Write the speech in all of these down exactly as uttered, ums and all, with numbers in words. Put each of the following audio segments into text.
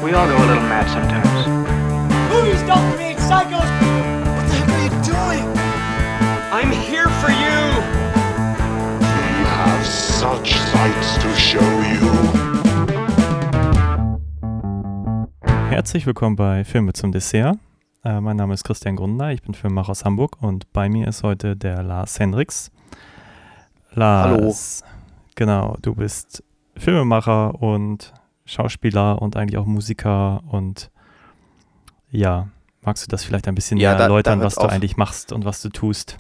We all go a little mad sometimes. Movies don't create psychos! What the heck are you doing? I'm here for you! We have such sights to show you. Herzlich willkommen bei Filme zum Dessert. Äh, mein Name ist Christian Grunder, ich bin Filmemacher aus Hamburg und bei mir ist heute der Lars Hendricks. Lars, hallo. Genau, du bist Filmemacher und Schauspieler und eigentlich auch Musiker und ja, magst du das vielleicht ein bisschen ja, mehr da, erläutern, da was du auf. eigentlich machst und was du tust?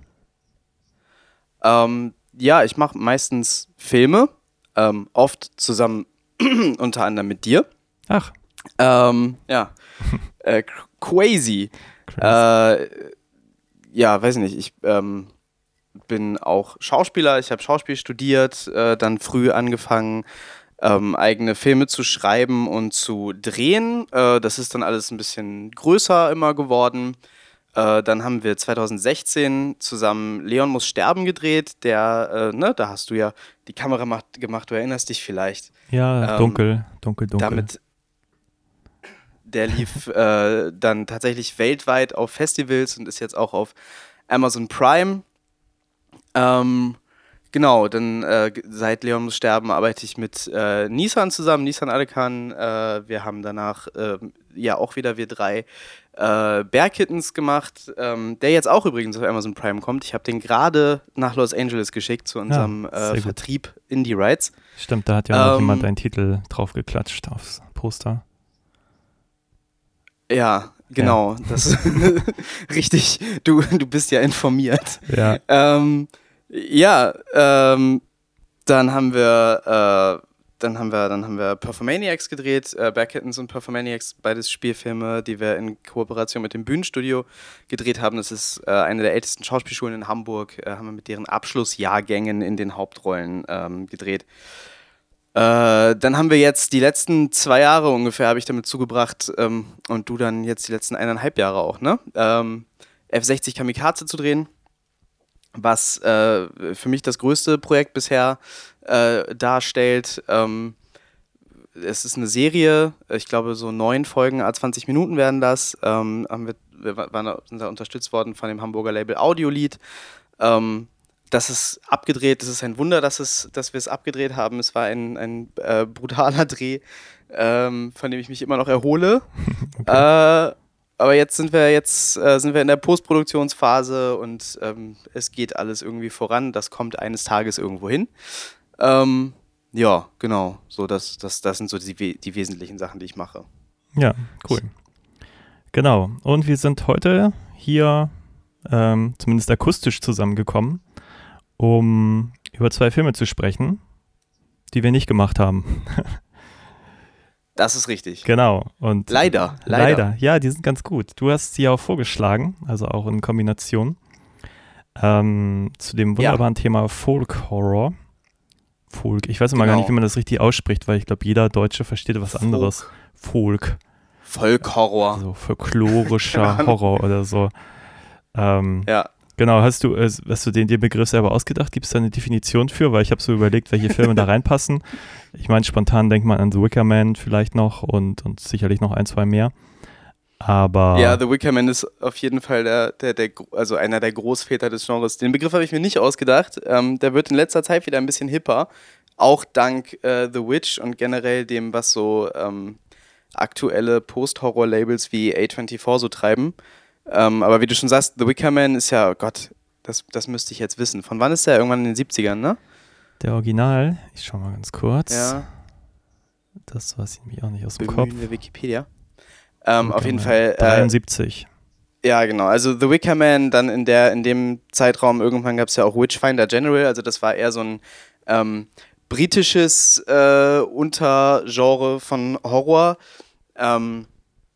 Ähm, ja, ich mache meistens Filme, ähm, oft zusammen unter anderem mit dir. Ach. Ähm, ja, äh, crazy. Äh, ja, weiß nicht, ich ähm, bin auch Schauspieler, ich habe Schauspiel studiert, äh, dann früh angefangen, ähm, eigene Filme zu schreiben und zu drehen. Äh, das ist dann alles ein bisschen größer immer geworden. Äh, dann haben wir zwanzig sechzehn zusammen Leon muss sterben gedreht, der, äh, ne, da hast du ja die Kamera macht, gemacht, du erinnerst dich vielleicht. Ja, ähm, dunkel, dunkel, dunkel. Damit Der lief äh, dann tatsächlich weltweit auf Festivals und ist jetzt auch auf Amazon Prime. Ähm, genau, dann äh, seit Leon muss sterben arbeite ich mit äh, Nissan zusammen, Nissan Alekan. Äh, wir haben danach äh, ja auch wieder wir drei äh, Bear Kittens gemacht, ähm, der jetzt auch übrigens auf Amazon Prime kommt. Ich habe den gerade nach Los Angeles geschickt zu unserem ja, äh, Vertrieb Indie Rights. Stimmt, da hat ja auch ähm, jemand einen Titel drauf geklatscht aufs Poster. Ja, genau. Ja. Das richtig, du, du bist ja informiert. Ja. Ähm, ja, ähm, dann haben wir, äh, dann haben wir, dann haben wir Performaniacs gedreht, äh, Bear Kittens und Performaniacs, beides Spielfilme, die wir in Kooperation mit dem Bühnenstudio gedreht haben. Das ist äh, eine der ältesten Schauspielschulen in Hamburg. Äh, haben wir mit deren Abschlussjahrgängen in den Hauptrollen ähm, gedreht. Äh, dann haben wir jetzt die letzten zwei Jahre ungefähr, habe ich damit zugebracht, ähm, und du dann jetzt die letzten eineinhalb Jahre auch, ne? Ähm, F sechzig Kamikaze zu drehen, was äh, für mich das größte Projekt bisher äh, darstellt. Ähm, es ist eine Serie, ich glaube so neun Folgen, à zwanzig Minuten werden das. Ähm, haben wir, wir waren, sind da unterstützt worden von dem Hamburger Label Audiolied. Ähm, Das ist abgedreht, das ist ein Wunder, dass, es, dass wir es abgedreht haben. Es war ein, ein äh, brutaler Dreh, ähm, von dem ich mich immer noch erhole. Okay. Äh, aber jetzt sind wir jetzt äh, sind wir in der Postproduktionsphase und ähm, es geht alles irgendwie voran. Das kommt eines Tages irgendwo hin. Ähm, ja, genau. So, das, das, das sind so die, die wesentlichen Sachen, die ich mache. Ja, cool. Genau. Und wir sind heute hier ähm, zumindest akustisch zusammengekommen, um über zwei Filme zu sprechen, die wir nicht gemacht haben. Das ist richtig. Genau. Und leider, leider. Leider, ja, die sind ganz gut. Du hast sie auch vorgeschlagen, also auch in Kombination, ähm, zu dem wunderbaren ja. Thema Folk Horror. Folk, ich weiß immer genau. gar nicht, wie man das richtig ausspricht, weil ich glaube, jeder Deutsche versteht was Folk. anderes. Folk. Folk-Horror. Also folklorischer Horror oder so. Ähm, ja. Genau, hast du, äh, hast du den, den Begriff selber ausgedacht? Gibt es da eine Definition für? Weil ich habe so überlegt, welche Filme da reinpassen. Ich meine, spontan denkt man an The Wicker Man vielleicht noch und, und sicherlich noch ein, zwei mehr. Aber ja, The Wicker Man ist auf jeden Fall der, der, der, also einer der Großväter des Genres. Den Begriff habe ich mir nicht ausgedacht. Ähm, der wird in letzter Zeit wieder ein bisschen hipper. Auch dank äh, The Witch und generell dem, was so ähm, aktuelle Post-Horror-Labels wie A vierundzwanzig so treiben. Ähm, aber wie du schon sagst, The Wicker Man ist ja, oh Gott, das, das müsste ich jetzt wissen. Von wann ist der? Irgendwann in den siebzigern, ne? Der Original, ich schau mal ganz kurz. Ja. Das weiß ich nämlich auch nicht aus dem Bemühen Kopf. wir Wikipedia. Ähm, auf jeden Fall. Äh, dreiundsiebzig. Ja, genau. Also The Wicker Man, dann in der in dem Zeitraum, irgendwann gab es ja auch Witchfinder General, also das war eher so ein ähm, britisches äh, Untergenre von Horror. Ähm,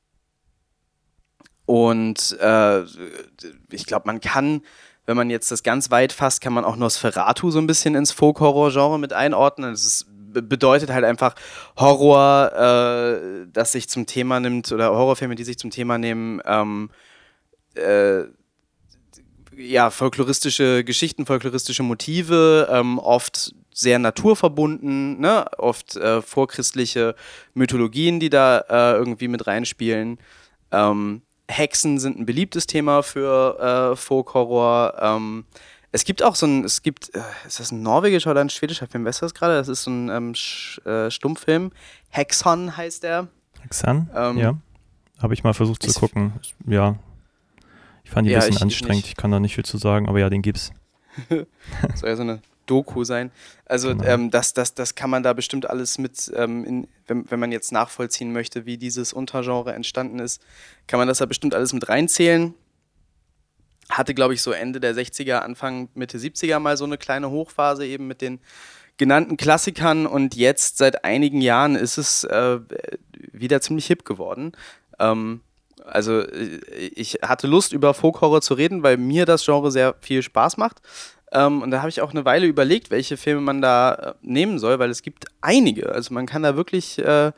Und äh, ich glaube, man kann, wenn man jetzt das ganz weit fasst, kann man auch Nosferatu so ein bisschen ins Folk-Horror-Genre mit einordnen. Das ist, bedeutet halt einfach Horror, äh, das sich zum Thema nimmt, oder Horrorfilme, die sich zum Thema nehmen, ähm, äh, ja, folkloristische Geschichten, folkloristische Motive, ähm, oft sehr naturverbunden, ne? Oft äh, vorchristliche Mythologien, die da äh, irgendwie mit reinspielen. Ähm, Hexen sind ein beliebtes Thema für äh, Folk-Horror. Ähm, es gibt auch so ein, es gibt, äh, ist das ein norwegischer oder ein schwedischer Film? Weißt du das gerade? Das ist so ein ähm, Sch- äh, Stummfilm. Hexon heißt der. Hexan? Ähm, ja. Habe ich mal versucht zu gucken. Ja. Ich fand die ein Ja, bisschen ich- ich anstrengend. nicht. Ich kann da nicht viel zu sagen, aber ja, den gibt's. Soll ja so eine Doku sein. Also Genau. ähm, das, das, das kann man da bestimmt alles mit, ähm, in, wenn, wenn man jetzt nachvollziehen möchte, wie dieses Untergenre entstanden ist, kann man das da bestimmt alles mit reinzählen. Hatte, glaube ich, so Ende der sechziger, Anfang, Mitte siebziger mal so eine kleine Hochphase eben mit den genannten Klassikern und jetzt seit einigen Jahren ist es äh, wieder ziemlich hip geworden. Ähm, also ich hatte Lust, über Folk-Horror zu reden, weil mir das Genre sehr viel Spaß macht. Ähm, und da habe ich auch eine Weile überlegt, welche Filme man da äh, nehmen soll, weil es gibt einige. Also man kann da wirklich, äh,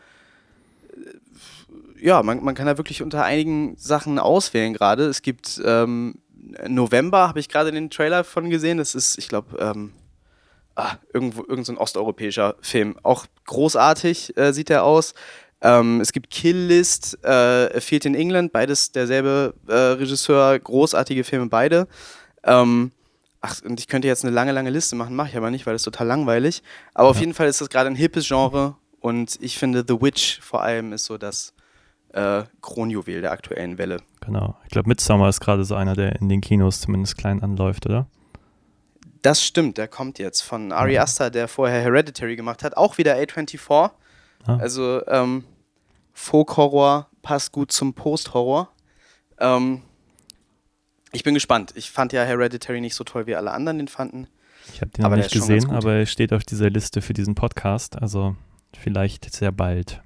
ja, man, man kann da wirklich unter einigen Sachen auswählen gerade. Es gibt ähm, November, habe ich gerade den Trailer von gesehen. Das ist, ich glaube, ähm, ah, irgendwo irgend so ein osteuropäischer Film. Auch großartig äh, sieht er aus. Ähm, es gibt Kill List, äh, Field in England, beides derselbe äh, Regisseur, großartige Filme beide. Ähm, ach, und ich könnte jetzt eine lange, lange Liste machen, mache ich aber nicht, weil das ist total langweilig. Aber ja. Auf jeden Fall ist das gerade ein hippes Genre und ich finde The Witch vor allem ist so das äh, Kronjuwel der aktuellen Welle. Genau. Ich glaube, Midsommar ist gerade so einer, der in den Kinos zumindest klein anläuft, oder? Das stimmt, der kommt jetzt von Ari Aster, der vorher Hereditary gemacht hat. Auch wieder A vierundzwanzig. Ah. Also ähm, Folk-Horror passt gut zum Post-Horror. Ähm, ich bin gespannt. Ich fand ja Hereditary nicht so toll, wie alle anderen den fanden. Ich habe den noch nicht gesehen, aber er steht auf dieser Liste für diesen Podcast. Also vielleicht sehr bald.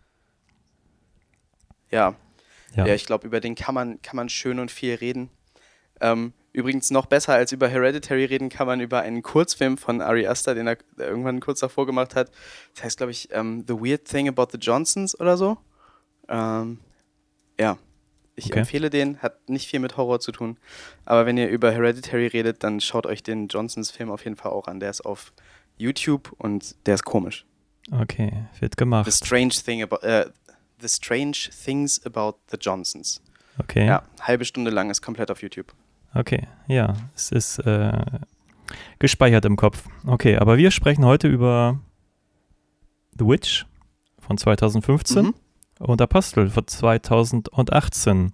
Ja, ja. ja ich glaube, über den kann man, kann man schön und viel reden. Ähm, Übrigens noch besser als über Hereditary reden kann man über einen Kurzfilm von Ari Aster, den er irgendwann kurz davor gemacht hat. Das heißt, glaube ich, um, The Weird Thing About the Johnsons oder so. Ähm, ja, ich okay. empfehle den, hat nicht viel mit Horror zu tun. Aber wenn ihr über Hereditary redet, dann schaut euch den Johnsons-Film auf jeden Fall auch an. Der ist auf YouTube und der ist komisch. Okay, wird gemacht. The Strange Thing About, äh, The Strange Things About the Johnsons. Okay. Ja, halbe Stunde lang ist komplett auf YouTube. Okay, ja, es ist äh, gespeichert im Kopf. Okay, aber wir sprechen heute über The Witch von zweitausendfünfzehn mhm. und Apostel von zweitausendachtzehn.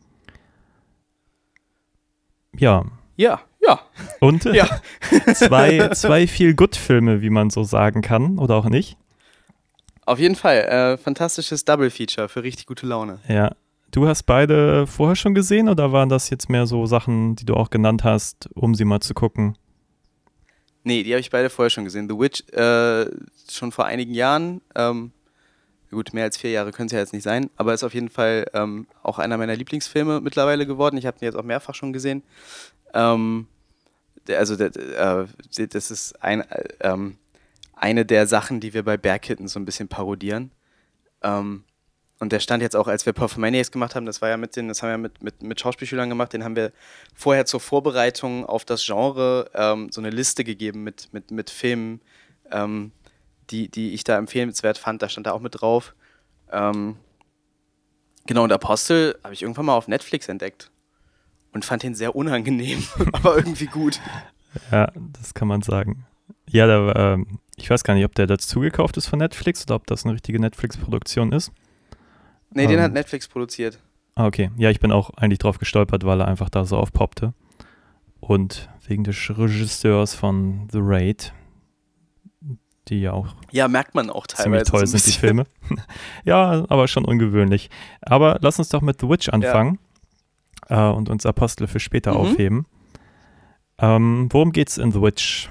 Ja. Ja, ja. Und ja. zwei, zwei Feel-Good-Filme, wie man so sagen kann, oder auch nicht. Auf jeden Fall, äh, fantastisches Double-Feature für richtig gute Laune. Ja. Du hast beide vorher schon gesehen oder waren das jetzt mehr so Sachen, die du auch genannt hast, um sie mal zu gucken? Nee, die habe ich beide vorher schon gesehen. The Witch äh, schon vor einigen Jahren. Ähm, gut, mehr als vier Jahre können es ja jetzt nicht sein, aber ist auf jeden Fall ähm, auch einer meiner Lieblingsfilme mittlerweile geworden. Ich habe ihn jetzt auch mehrfach schon gesehen. Ähm, der, also der, äh, das ist ein, äh, ähm, eine der Sachen, die wir bei Bergkitten so ein bisschen parodieren. Ähm, Und der stand jetzt auch, als wir Performaniacs gemacht haben, das war ja mit den, das haben wir mit, mit, mit Schauspielschülern gemacht, den haben wir vorher zur Vorbereitung auf das Genre ähm, so eine Liste gegeben mit, mit, mit Filmen, ähm, die, die ich da empfehlenswert fand, da stand da auch mit drauf. Ähm, genau, und Apostel habe ich irgendwann mal auf Netflix entdeckt und fand den sehr unangenehm, aber irgendwie gut. Ja, das kann man sagen. Ja, da, ähm, ich weiß gar nicht, ob der dazu gekauft ist von Netflix oder ob das eine richtige Netflix-Produktion ist. Nee, den um, hat Netflix produziert. Ah, okay. Ja, ich bin auch eigentlich drauf gestolpert, weil er einfach da so aufpoppte. Und wegen des Regisseurs von The Raid, die ja auch ja, merkt man auch teilweise ziemlich toll so sind, die Filme. Ja, aber schon ungewöhnlich. Aber lass uns doch mit The Witch anfangen ja. äh, und uns Apostel für später mhm. aufheben. Ähm, worum geht's in The Witch?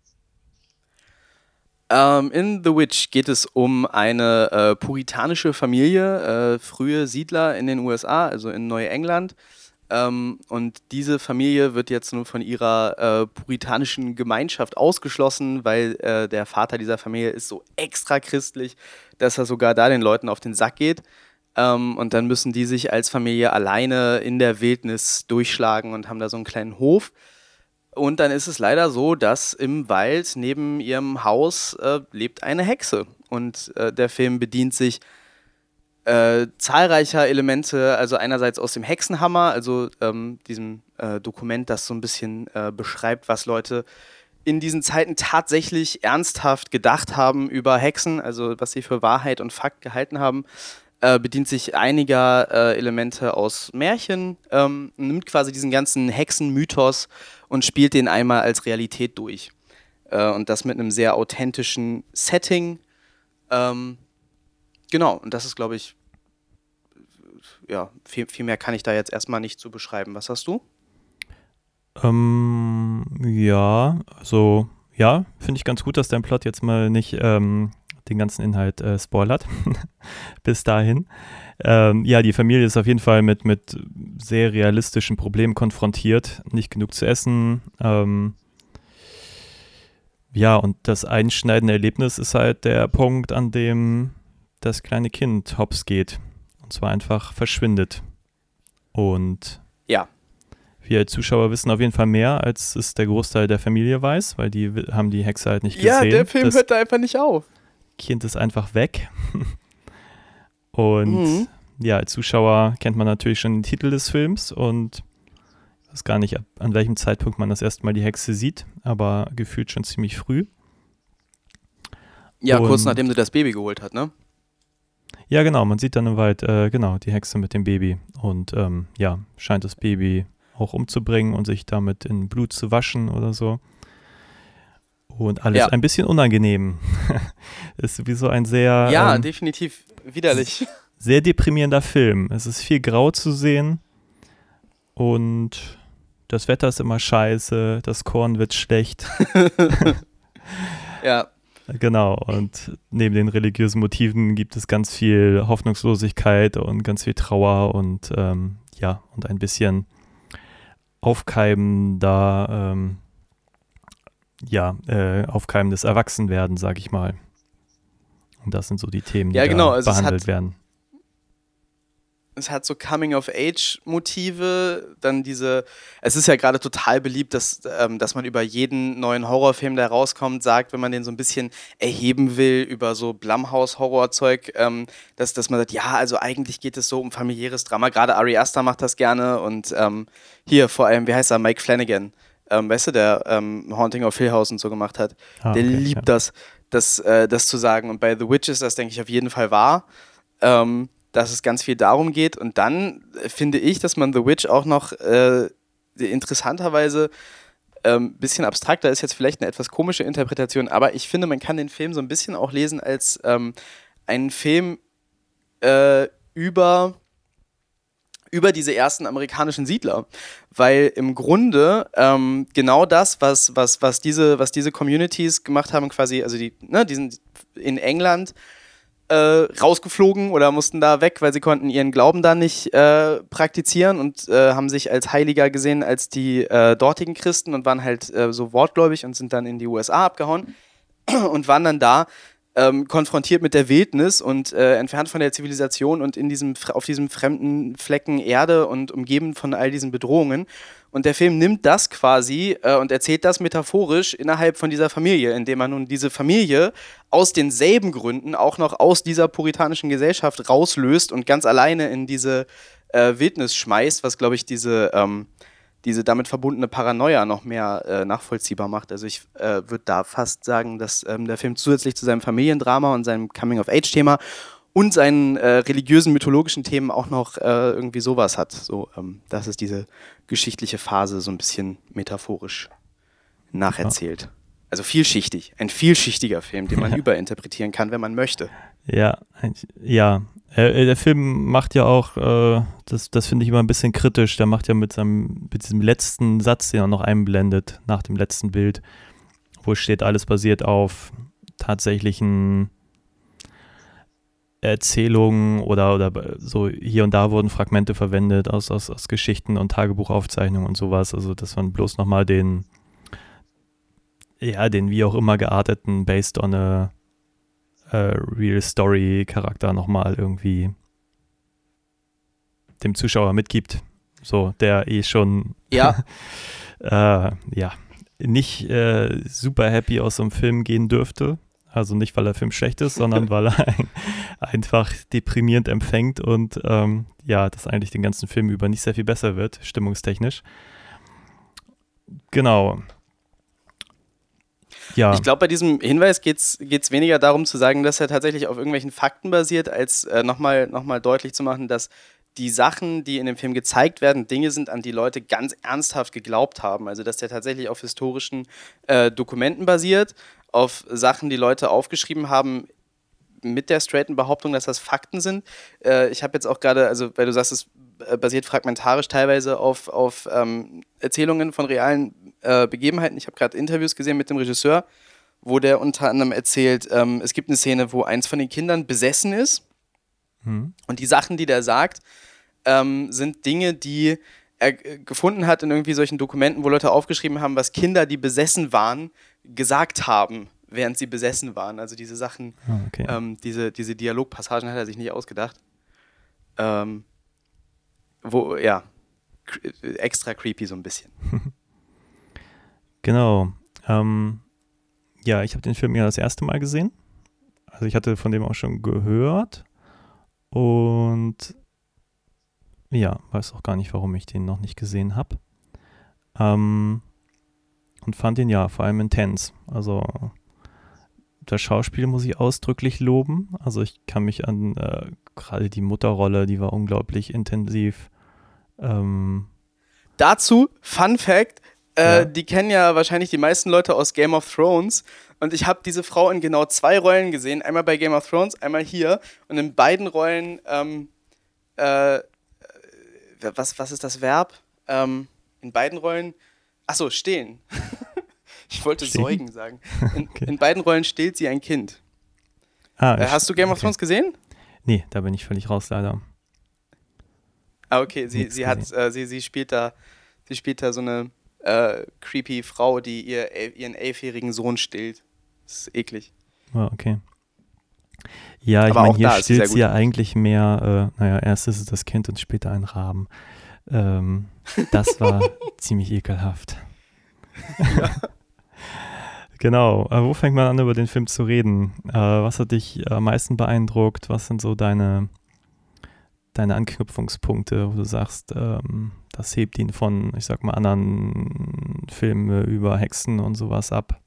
Um, in The Witch geht es um eine äh, puritanische Familie, äh, frühe Siedler in den U S A, also in Neuengland. Ähm, und diese Familie wird jetzt nun von ihrer äh, puritanischen Gemeinschaft ausgeschlossen, weil äh, der Vater dieser Familie ist so extra christlich, dass er sogar da den Leuten auf den Sack geht. Ähm, und dann müssen die sich als Familie alleine in der Wildnis durchschlagen und haben da so einen kleinen Hof. Und dann ist es leider so, dass im Wald neben ihrem Haus äh, lebt eine Hexe. Und äh, der Film bedient sich äh, zahlreicher Elemente, also einerseits aus dem Hexenhammer, also ähm, diesem äh, Dokument, das so ein bisschen äh, beschreibt, was Leute in diesen Zeiten tatsächlich ernsthaft gedacht haben über Hexen, also was sie für Wahrheit und Fakt gehalten haben. Äh, bedient sich einiger äh, Elemente aus Märchen, ähm, nimmt quasi diesen ganzen Hexenmythos und spielt den einmal als Realität durch. Äh, und das mit einem sehr authentischen Setting. Ähm, genau, und das ist, glaube ich, ja, viel, viel mehr kann ich da jetzt erstmal nicht zu beschreiben. Was hast du? Ähm, ja, also, ja, finde ich ganz gut, dass dein Plot jetzt mal nicht ähm, den ganzen Inhalt äh, spoilert. Bis dahin. Ähm, ja, die Familie ist auf jeden Fall mit, mit sehr realistischen Problemen konfrontiert. Nicht genug zu essen. Ähm, ja, und das einschneidende Erlebnis ist halt der Punkt, an dem das kleine Kind hops geht. Und zwar einfach verschwindet. Und ja. Wir als Zuschauer wissen auf jeden Fall mehr, als es der Großteil der Familie weiß, weil die haben die Hexe halt nicht gesehen. Ja, der Film das hört da einfach nicht auf. Kind ist einfach weg. Und mhm. ja, als Zuschauer kennt man natürlich schon den Titel des Films und ich weiß gar nicht, an welchem Zeitpunkt man das erste Mal die Hexe sieht, aber gefühlt schon ziemlich früh. Ja, und kurz nachdem sie das Baby geholt hat, ne? Ja, genau, man sieht dann im Wald, äh, genau, die Hexe mit dem Baby und ähm, ja, scheint das Baby auch umzubringen und sich damit in Blut zu waschen oder so. Und alles ja. ein bisschen unangenehm. Ist sowieso ein sehr Ja, ähm, definitiv widerlich. Sehr deprimierender Film. Es ist viel grau zu sehen und das Wetter ist immer scheiße, das Korn wird schlecht. Ja. Genau, und neben den religiösen Motiven gibt es ganz viel Hoffnungslosigkeit und ganz viel Trauer und ähm, ja, und ein bisschen aufkeimender ähm, ja, äh, aufkeimendes Erwachsenwerden, sag ich mal. Und das sind so die Themen, die ja, genau. da also behandelt es hat, werden. Es hat so Coming-of-Age-Motive, dann diese, es ist ja gerade total beliebt, dass, ähm, dass man über jeden neuen Horrorfilm, der rauskommt, sagt, wenn man den so ein bisschen erheben will, über so Blumhouse-Horrorzeug, ähm, dass, dass man sagt, ja, also eigentlich geht es so um familiäres Drama, gerade Ari Aster macht das gerne und ähm, hier vor allem, wie heißt er, Mike Flanagan, ähm, weißt du, der ähm, Haunting of Hill House und so gemacht hat, Ah, der okay, liebt ja. das, das, äh, das zu sagen und bei The Witch ist das, denke ich, auf jeden Fall wahr, ähm, dass es ganz viel darum geht. Und dann äh, finde ich, dass man The Witch auch noch äh, interessanterweise ein ähm, bisschen abstrakter ist, jetzt vielleicht eine etwas komische Interpretation, aber ich finde, man kann den Film so ein bisschen auch lesen als ähm, einen Film äh, über, über diese ersten amerikanischen Siedler. Weil im Grunde ähm, genau das, was, was, was, diese, was diese Communities gemacht haben, quasi, also die, ne, die sind in England Äh, rausgeflogen oder mussten da weg, weil sie konnten ihren Glauben da nicht äh, praktizieren und äh, haben sich als heiliger gesehen als die äh, dortigen Christen und waren halt äh, so wortgläubig und sind dann in die U S A abgehauen und waren dann da ähm, konfrontiert mit der Wildnis und äh, entfernt von der Zivilisation und in diesem, auf diesem fremden Flecken Erde und umgeben von all diesen Bedrohungen. Und der Film nimmt das quasi äh, und erzählt das metaphorisch innerhalb von dieser Familie, indem man nun diese Familie aus denselben Gründen auch noch aus dieser puritanischen Gesellschaft rauslöst und ganz alleine in diese äh, Wildnis schmeißt, was, glaube ich, diese, ähm, diese damit verbundene Paranoia noch mehr äh, nachvollziehbar macht. Also ich äh, würde da fast sagen, dass ähm, der Film zusätzlich zu seinem Familiendrama und seinem Coming-of-Age-Thema und seinen äh, religiösen, mythologischen Themen auch noch äh, irgendwie sowas hat. So, ähm, das ist diese geschichtliche Phase so ein bisschen metaphorisch nacherzählt. Ja. Also vielschichtig. Ein vielschichtiger Film, den man ja. überinterpretieren kann, wenn man möchte. Ja, ja. Äh, der Film macht ja auch, äh, das, das finde ich immer ein bisschen kritisch, der macht ja mit, seinem, mit diesem letzten Satz, den er noch einblendet, nach dem letzten Bild, wo steht, alles basiert auf tatsächlichen Erzählungen oder, oder so hier und da wurden Fragmente verwendet aus, aus, aus Geschichten und Tagebuchaufzeichnungen und sowas, also dass man bloß nochmal den ja, den wie auch immer gearteten based on a, a real story Charakter nochmal irgendwie dem Zuschauer mitgibt, so, der eh schon ja, äh, ja, nicht äh, super happy aus so einem Film gehen dürfte. Also nicht, weil der Film schlecht ist, sondern weil er ein, einfach deprimierend empfängt und ähm, ja, das eigentlich den ganzen Film über nicht sehr viel besser wird, stimmungstechnisch. Genau. Ja. Ich glaube, bei diesem Hinweis geht es weniger darum zu sagen, dass er tatsächlich auf irgendwelchen Fakten basiert, als äh, nochmal noch mal deutlich zu machen, dass die Sachen, die in dem Film gezeigt werden, Dinge sind, an die Leute ganz ernsthaft geglaubt haben. Also dass der tatsächlich auf historischen äh, Dokumenten basiert, auf Sachen, die Leute aufgeschrieben haben, mit der straighten Behauptung, dass das Fakten sind. Äh, ich habe jetzt auch gerade, also weil du sagst, es basiert fragmentarisch teilweise auf, auf ähm, Erzählungen von realen äh, Begebenheiten. Ich habe gerade Interviews gesehen mit dem Regisseur, wo der unter anderem erzählt, ähm, es gibt eine Szene, wo eins von den Kindern besessen ist. Hm. Und die Sachen, die der sagt, ähm, sind Dinge, die er g- gefunden hat in irgendwie solchen Dokumenten, wo Leute aufgeschrieben haben, was Kinder, die besessen waren, gesagt haben, während sie besessen waren. Also diese Sachen, oh, okay. ähm, diese, diese Dialogpassagen hat er sich nicht ausgedacht. Ähm, wo, ja, cre- extra creepy so ein bisschen. Genau. Ähm, ja, ich habe den Film ja das erste Mal gesehen. Also ich hatte von dem auch schon gehört. Und ja, weiß auch gar nicht, warum ich den noch nicht gesehen habe. Ähm, und fand ihn ja vor allem intens. Also das Schauspiel muss ich ausdrücklich loben. Also ich kann mich an äh, gerade die Mutterrolle, die war unglaublich intensiv. Ähm, Dazu, Fun Fact, äh, Ja. die kennen ja wahrscheinlich die meisten Leute aus Game of Thrones. Und ich habe diese Frau in genau zwei Rollen gesehen. Einmal bei Game of Thrones, einmal hier. Und in beiden Rollen, ähm, äh, was, was ist das Verb? Ähm, in beiden Rollen, achso, stehlen. Ich wollte Stehlen? säugen sagen. In, Okay. in beiden Rollen stillt sie ein Kind. ah, Äh, hast du Game of okay. Thrones gesehen? Nee, da bin ich völlig raus leider. Ah, okay, sie, Nichts sie, hat, gesehen. äh, sie, sie, spielt da, sie spielt da so eine äh, creepy Frau, die ihr, ihren elfjährigen Sohn stillt. Das ist eklig. Ah, okay. Ja, ich Aber meine, auch hier da ist sie sehr stillt sie gut. ja eigentlich mehr, äh, naja, erst ist es das Kind und später ein Raben. Ähm, das war ziemlich ekelhaft. Genau, äh, wo fängt man an, über den Film zu reden? Äh, was hat dich am meisten beeindruckt? Was sind so deine, deine Anknüpfungspunkte, wo du sagst, ähm, das hebt ihn von, ich sag mal, anderen Filmen über Hexen und sowas ab?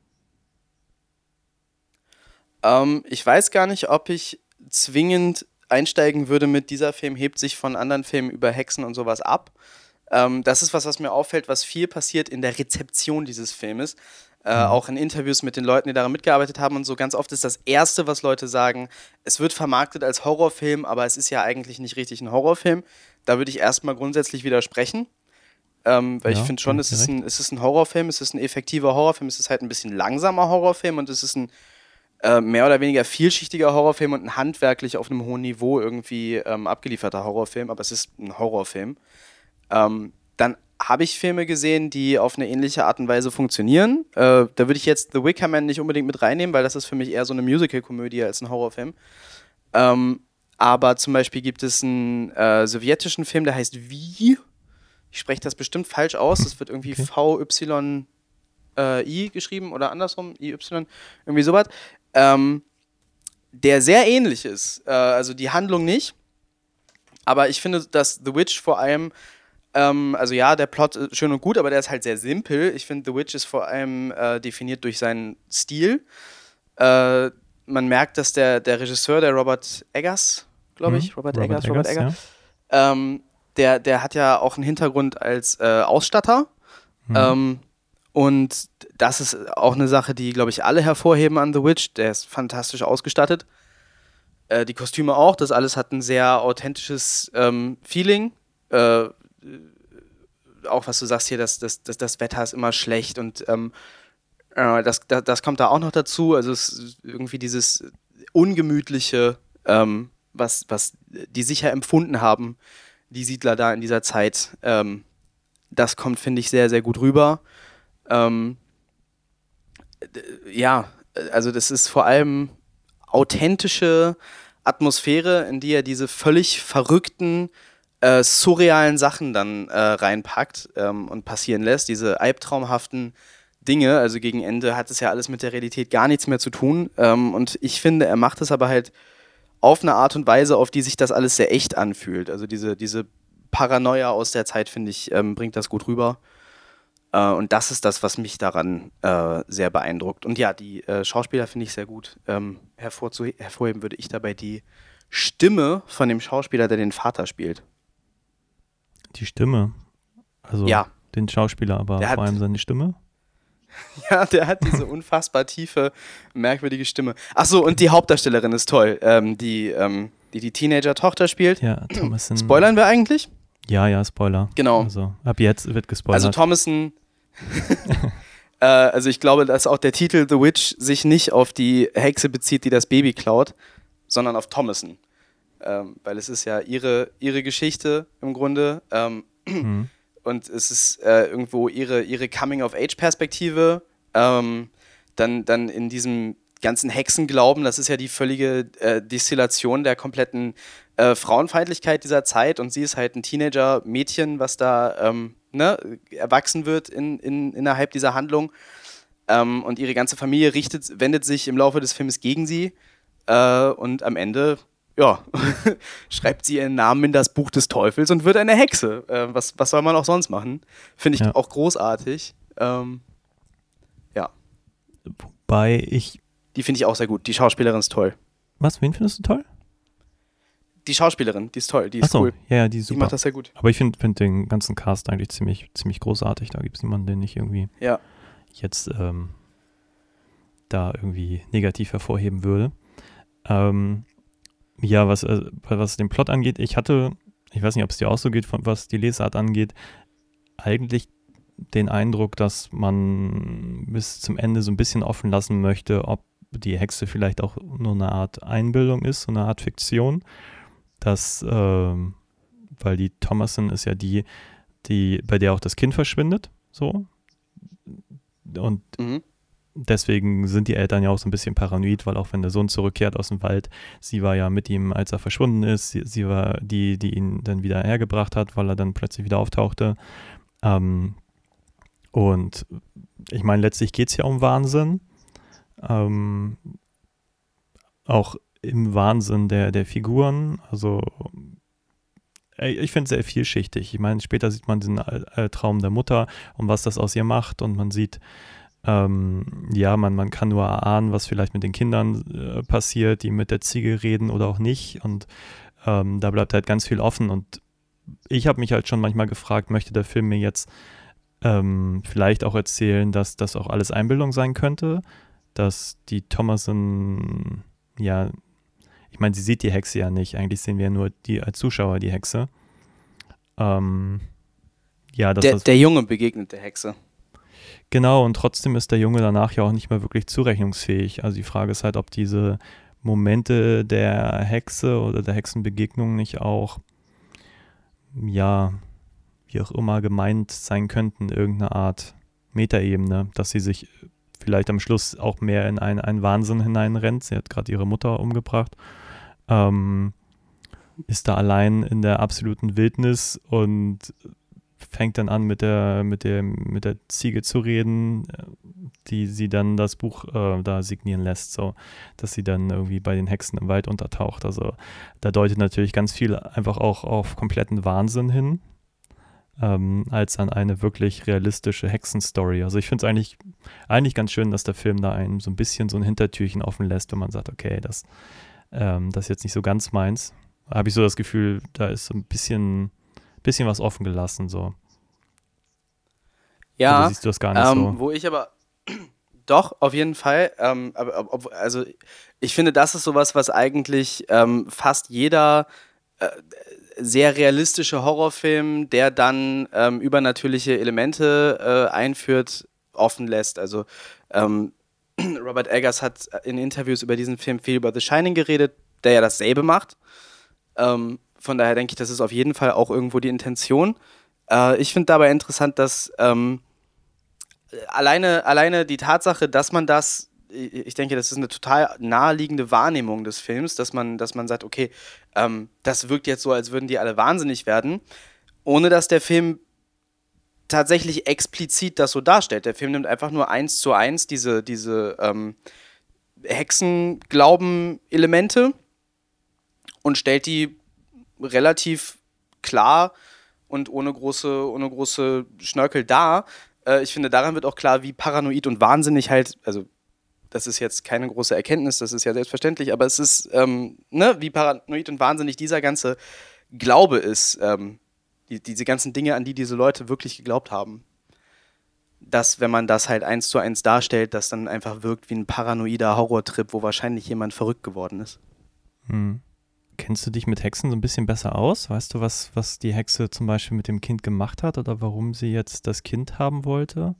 Ähm, ich weiß gar nicht, ob ich zwingend einsteigen würde mit dieser Film hebt sich von anderen Filmen über Hexen und sowas ab. Ähm, das ist was, was mir auffällt, was viel passiert in der Rezeption dieses Filmes. Äh, Mhm. Auch in Interviews mit den Leuten, die daran mitgearbeitet haben und so. Ganz oft ist das Erste, was Leute sagen, es wird vermarktet als Horrorfilm, aber es ist ja eigentlich nicht richtig ein Horrorfilm. Da würde ich erstmal grundsätzlich widersprechen. Ähm, weil Ja, ich finde schon, gebe es ich dir ist, ein, es ist ein Horrorfilm, es ist ein effektiver Horrorfilm, es ist halt ein bisschen langsamer Horrorfilm und es ist ein äh, mehr oder weniger vielschichtiger Horrorfilm und ein handwerklich auf einem hohen Niveau irgendwie ähm, abgelieferter Horrorfilm, aber es ist ein Horrorfilm. Ähm, dann habe ich Filme gesehen, die auf eine ähnliche Art und Weise funktionieren. Äh, da würde ich jetzt The Wicker Man nicht unbedingt mit reinnehmen, weil das ist für mich eher so eine Musical-Komödie als ein Horrorfilm. Ähm, aber zum Beispiel gibt es einen äh, sowjetischen Film, der heißt Wie. Ich spreche das bestimmt falsch aus. Das wird irgendwie Okay. V Y I geschrieben oder andersrum, I Y, irgendwie sowas. Ähm, der sehr ähnlich ist. Äh, also die Handlung nicht. Aber ich finde, dass The Witch vor allem, ähm, also ja, der Plot ist schön und gut, aber der ist halt sehr simpel. Ich finde, The Witch ist vor allem äh, definiert durch seinen Stil. Äh, man merkt, dass der, der Regisseur, der Robert Eggers, glaube ich, Mhm. Robert, Robert Eggers, Robert Eggers, Eggers, ähm, der, der hat ja auch einen Hintergrund als äh, Ausstatter. Mhm. Ähm, und das ist auch eine Sache, die, glaube ich, alle hervorheben an The Witch. Der ist fantastisch ausgestattet. Äh, die Kostüme auch. Das alles hat ein sehr authentisches ähm, Feeling. Äh, auch was du sagst hier, dass das, das, das Wetter ist immer schlecht und ähm, äh, das, das, das kommt da auch noch dazu. Also es ist irgendwie dieses Ungemütliche, ähm, was, was die sicher empfunden haben, die Siedler da in dieser Zeit. Ähm, das kommt, finde ich, sehr, sehr gut rüber. Ähm, d- ja, also das ist vor allem authentische Atmosphäre, in die er diese völlig verrückten, äh, surrealen Sachen dann äh, reinpackt ähm, und passieren lässt. Diese albtraumhaften Dinge. Also gegen Ende hat es ja alles mit der Realität gar nichts mehr zu tun. Ähm, und ich finde, er macht es aber halt auf eine Art und Weise, auf die sich das alles sehr echt anfühlt. Also diese, diese Paranoia aus der Zeit, finde ich, ähm, bringt das gut rüber. Äh, und das ist das, was mich daran äh, sehr beeindruckt. Und ja, die äh, Schauspieler finde ich sehr gut. Ähm, hervorzu- hervorheben würde ich dabei die Stimme von dem Schauspieler, der den Vater spielt. Die Stimme? Also ja. den Schauspieler, aber der vor hat, allem seine Stimme? Ja, der hat diese unfassbar tiefe, merkwürdige Stimme. Achso, und die Hauptdarstellerin ist toll, ähm, die, ähm, die die Teenager-Tochter spielt. Ja, Thomasin. Spoilern wir eigentlich? Ja, ja, Spoiler. Genau. Also ab jetzt wird gespoilert. Also Thomasin, äh, also ich glaube, dass auch der Titel The Witch sich nicht auf die Hexe bezieht, die das Baby klaut, sondern auf Thomasin. Ähm, weil es ist ja ihre, ihre Geschichte im Grunde. Ähm, mhm. Und es ist äh, irgendwo ihre, ihre Coming-of-Age-Perspektive. Ähm, dann, dann in diesem ganzen Hexenglauben, das ist ja die völlige äh, Destillation der kompletten äh, Frauenfeindlichkeit dieser Zeit. Und sie ist halt ein Teenager-Mädchen, was da ähm, ne, erwachsen wird in, in, innerhalb dieser Handlung. Ähm, und ihre ganze Familie richtet, wendet sich im Laufe des Films gegen sie. Äh, und am Ende... Ja, schreibt sie ihren Namen in das Buch des Teufels und wird eine Hexe. Äh, was, was soll man auch sonst machen? Finde ich ja. auch großartig. Ähm, ja. Wobei ich... Die finde ich auch sehr gut. Die Schauspielerin ist toll. Was, wen findest du toll? Die Schauspielerin, die ist toll, die ist Achso, cool. Ja, ja, die ist super. Die macht das sehr gut. Aber ich finde find den ganzen Cast eigentlich ziemlich, ziemlich großartig. Da gibt es niemanden, den ich irgendwie ja. jetzt ähm, da irgendwie negativ hervorheben würde. Ähm... Ja, was, äh, was den Plot angeht, ich hatte, ich weiß nicht, ob es dir auch so geht, was die Lesart angeht, eigentlich den Eindruck, dass man bis zum Ende so ein bisschen offen lassen möchte, ob die Hexe vielleicht auch nur eine Art Einbildung ist, so eine Art Fiktion. Dass, äh, weil die Thomasin ist ja die, die, bei der auch das Kind verschwindet, so. Und mhm. deswegen sind die Eltern ja auch so ein bisschen paranoid, weil auch wenn der Sohn zurückkehrt aus dem Wald, sie war ja mit ihm, als er verschwunden ist, sie, sie war die, die ihn dann wieder hergebracht hat, weil er dann plötzlich wieder auftauchte. Ähm, und ich meine, letztlich geht es ja um Wahnsinn. Ähm, auch im Wahnsinn der, der Figuren. Also ich finde es sehr vielschichtig. Ich meine, später sieht man den Traum der Mutter und was das aus ihr macht, und man sieht, Ähm, ja, man, man kann nur erahnen, was vielleicht mit den Kindern äh, passiert, die mit der Ziege reden oder auch nicht, und ähm, da bleibt halt ganz viel offen, und ich habe mich halt schon manchmal gefragt, möchte der Film mir jetzt ähm, vielleicht auch erzählen, dass das auch alles Einbildung sein könnte, dass die Thomasin, ja, ich meine, sie sieht die Hexe ja nicht, eigentlich sehen wir ja nur die als Zuschauer die Hexe. Ähm, ja, dass der, das, der Junge begegnet der Hexe. Genau, und trotzdem ist der Junge danach ja auch nicht mehr wirklich zurechnungsfähig. Also die Frage ist halt, ob diese Momente der Hexe oder der Hexenbegegnung nicht auch, ja, wie auch immer gemeint sein könnten, irgendeine Art Metaebene, dass sie sich vielleicht am Schluss auch mehr in einen, einen Wahnsinn hineinrennt. Sie hat gerade ihre Mutter umgebracht, ähm, ist da allein in der absoluten Wildnis und fängt dann an, mit der, mit der, mit der Ziege zu reden, die sie dann das Buch äh, da signieren lässt, so, dass sie dann irgendwie bei den Hexen im Wald untertaucht. Also da deutet natürlich ganz viel einfach auch auf kompletten Wahnsinn hin, ähm, als an eine wirklich realistische Hexenstory. Also ich finde es eigentlich, eigentlich ganz schön, dass der Film da einem so ein bisschen so ein Hintertürchen offen lässt, wenn man sagt, okay, das, ähm, das ist jetzt nicht so ganz meins. Da habe ich so das Gefühl, da ist so ein bisschen bisschen was offen gelassen, so. Ja, oder siehst du das gar nicht ähm, so? Wo ich aber, doch, auf jeden Fall, ähm, aber, ob, also ich finde, das ist sowas, was eigentlich ähm, fast jeder äh, sehr realistische Horrorfilm, der dann ähm, übernatürliche Elemente äh, einführt, offen lässt. Also ähm, Robert Eggers hat in Interviews über diesen Film viel über The Shining geredet, der ja dasselbe macht. Ähm, Von daher denke ich, das ist auf jeden Fall auch irgendwo die Intention. Äh, ich finde dabei interessant, dass ähm, alleine, alleine die Tatsache, dass man das, ich denke, das ist eine total naheliegende Wahrnehmung des Films, dass man, dass man sagt, okay, ähm, das wirkt jetzt so, als würden die alle wahnsinnig werden, ohne dass der Film tatsächlich explizit das so darstellt. Der Film nimmt einfach nur eins zu eins diese, diese ähm, Hexenglauben-Elemente und stellt die relativ klar und ohne große, ohne große Schnörkel dar. Äh, ich finde, daran wird auch klar, wie paranoid und wahnsinnig halt, also das ist jetzt keine große Erkenntnis, das ist ja selbstverständlich, aber es ist, ähm, ne, wie paranoid und wahnsinnig dieser ganze Glaube ist, ähm, die, diese ganzen Dinge, an die diese Leute wirklich geglaubt haben. Dass, wenn man das halt eins zu eins darstellt, das dann einfach wirkt wie ein paranoider Horrortrip, wo wahrscheinlich jemand verrückt geworden ist. Hm. Kennst du dich mit Hexen so ein bisschen besser aus? Weißt du, was, was die Hexe zum Beispiel mit dem Kind gemacht hat oder warum sie jetzt das Kind haben wollte?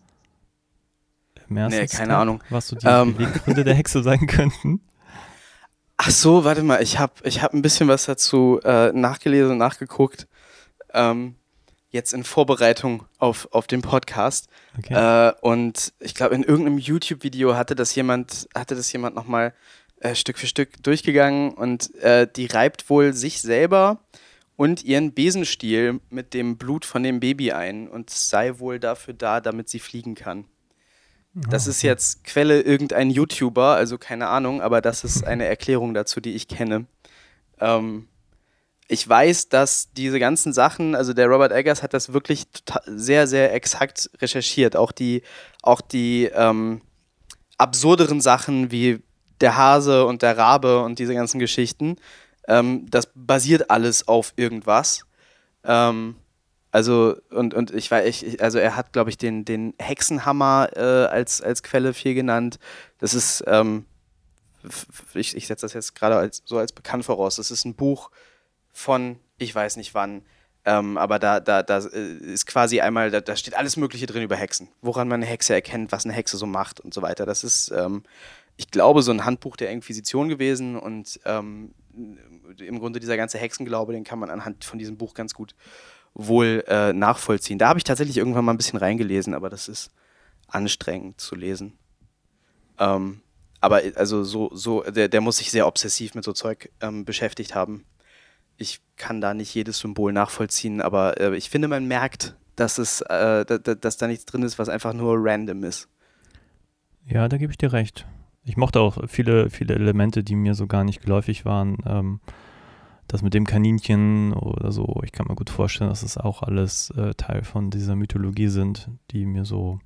Nee, keine Step, Ahnung. Was so die ähm. Beweggründe der Hexe sein könnten? Ach so, warte mal, ich habe ich hab ein bisschen was dazu äh, nachgelesen und nachgeguckt. Ähm, jetzt in Vorbereitung auf, auf den Podcast. Okay. Äh, und ich glaube, in irgendeinem YouTube-Video hatte das jemand, hatte das jemand nochmal äh, Stück für Stück durchgegangen und äh, die reibt wohl sich selber und ihren Besenstiel mit dem Blut von dem Baby ein und sei wohl dafür da, damit sie fliegen kann. Das ist jetzt Quelle irgendein YouTuber, also keine Ahnung, aber das ist eine Erklärung dazu, die ich kenne. Ähm, ich weiß, dass diese ganzen Sachen, also der Robert Eggers hat das wirklich total, sehr, sehr exakt recherchiert. Auch die, auch die ähm, absurderen Sachen wie der Hase und der Rabe und diese ganzen Geschichten, ähm, das basiert alles auf irgendwas. Ähm, Also, und, und ich weiß, ich, also er hat, glaube ich, den, den Hexenhammer äh, als, als Quelle viel genannt. Das ist, ähm, ich, ich setze das jetzt gerade als, so als bekannt voraus. Das ist ein Buch von, ich weiß nicht wann, ähm, aber da, da, da ist quasi einmal, da, da steht alles Mögliche drin über Hexen. Woran man eine Hexe erkennt, was eine Hexe so macht und so weiter. Das ist, ähm, ich glaube, so ein Handbuch der Inquisition gewesen und ähm, im Grunde dieser ganze Hexenglaube, den kann man anhand von diesem Buch ganz gut wohl äh, nachvollziehen. Da habe ich tatsächlich irgendwann mal ein bisschen reingelesen, aber das ist anstrengend zu lesen. Ähm, aber also so, so der, der muss sich sehr obsessiv mit so Zeug ähm, beschäftigt haben. Ich kann da nicht jedes Symbol nachvollziehen, aber äh, ich finde, man merkt, dass es, äh, da, da, dass da nichts drin ist, was einfach nur random ist. Ja, da gebe ich dir recht. Ich mochte auch viele, viele Elemente, die mir so gar nicht geläufig waren. Ähm, Das mit dem Kaninchen oder so, ich kann mir gut vorstellen, dass es auch alles äh, Teil von dieser Mythologie sind, die mir so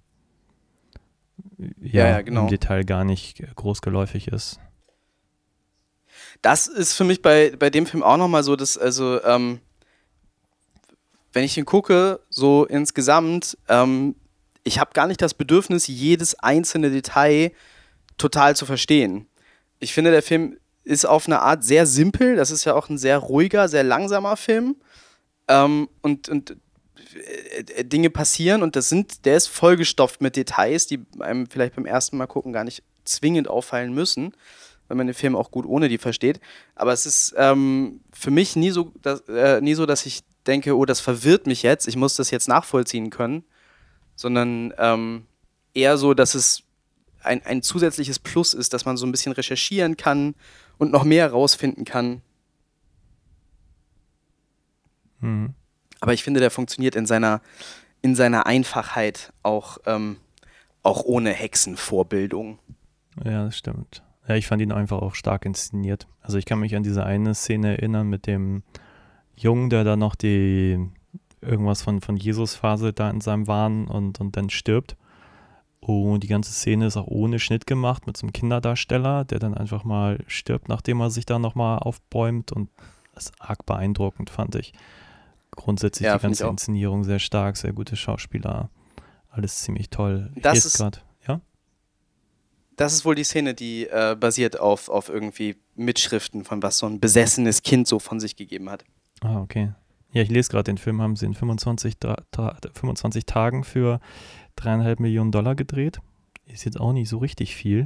ja, ja, ja, genau. im Detail gar nicht groß geläufig ist. Das ist für mich bei, bei dem Film auch nochmal so, dass, also, ähm, wenn ich ihn gucke, so insgesamt, ähm, ich habe gar nicht das Bedürfnis, jedes einzelne Detail total zu verstehen. Ich finde, der Film ist auf eine Art sehr simpel. Das ist ja auch ein sehr ruhiger, sehr langsamer Film. Ähm, und und äh, Dinge passieren und das sind, der ist vollgestopft mit Details, die einem vielleicht beim ersten Mal gucken gar nicht zwingend auffallen müssen, weil man den Film auch gut ohne die versteht. Aber es ist ähm, für mich nie so, dass, äh, nie so, dass ich denke, oh, das verwirrt mich jetzt, ich muss das jetzt nachvollziehen können, sondern ähm, eher so, dass es Ein, ein zusätzliches Plus ist, dass man so ein bisschen recherchieren kann und noch mehr rausfinden kann. Mhm. Aber ich finde, der funktioniert in seiner, in seiner Einfachheit auch, ähm, auch ohne Hexenvorbildung. Ja, das stimmt. Ja, ich fand ihn einfach auch stark inszeniert. Also ich kann mich an diese eine Szene erinnern mit dem Jungen, der da noch die irgendwas von, von Jesus-Phase da in seinem Wahn und, und dann stirbt. Und die ganze Szene ist auch ohne Schnitt gemacht, mit so einem Kinderdarsteller, der dann einfach mal stirbt, nachdem er sich da nochmal aufbäumt. Und das ist arg beeindruckend, fand ich. Grundsätzlich ja, die ganze Inszenierung sehr stark, sehr gute Schauspieler. Alles ziemlich toll. Das ist grad, ja? Das ist wohl die Szene, die äh, basiert auf, auf irgendwie Mitschriften, von was so ein besessenes Kind so von sich gegeben hat. Ah, okay. Ja, ich lese gerade, den Film haben sie in fünfundzwanzig, Ta- fünfundzwanzig Tagen für dreieinhalb Millionen Dollar gedreht. Ist jetzt auch nicht so richtig viel.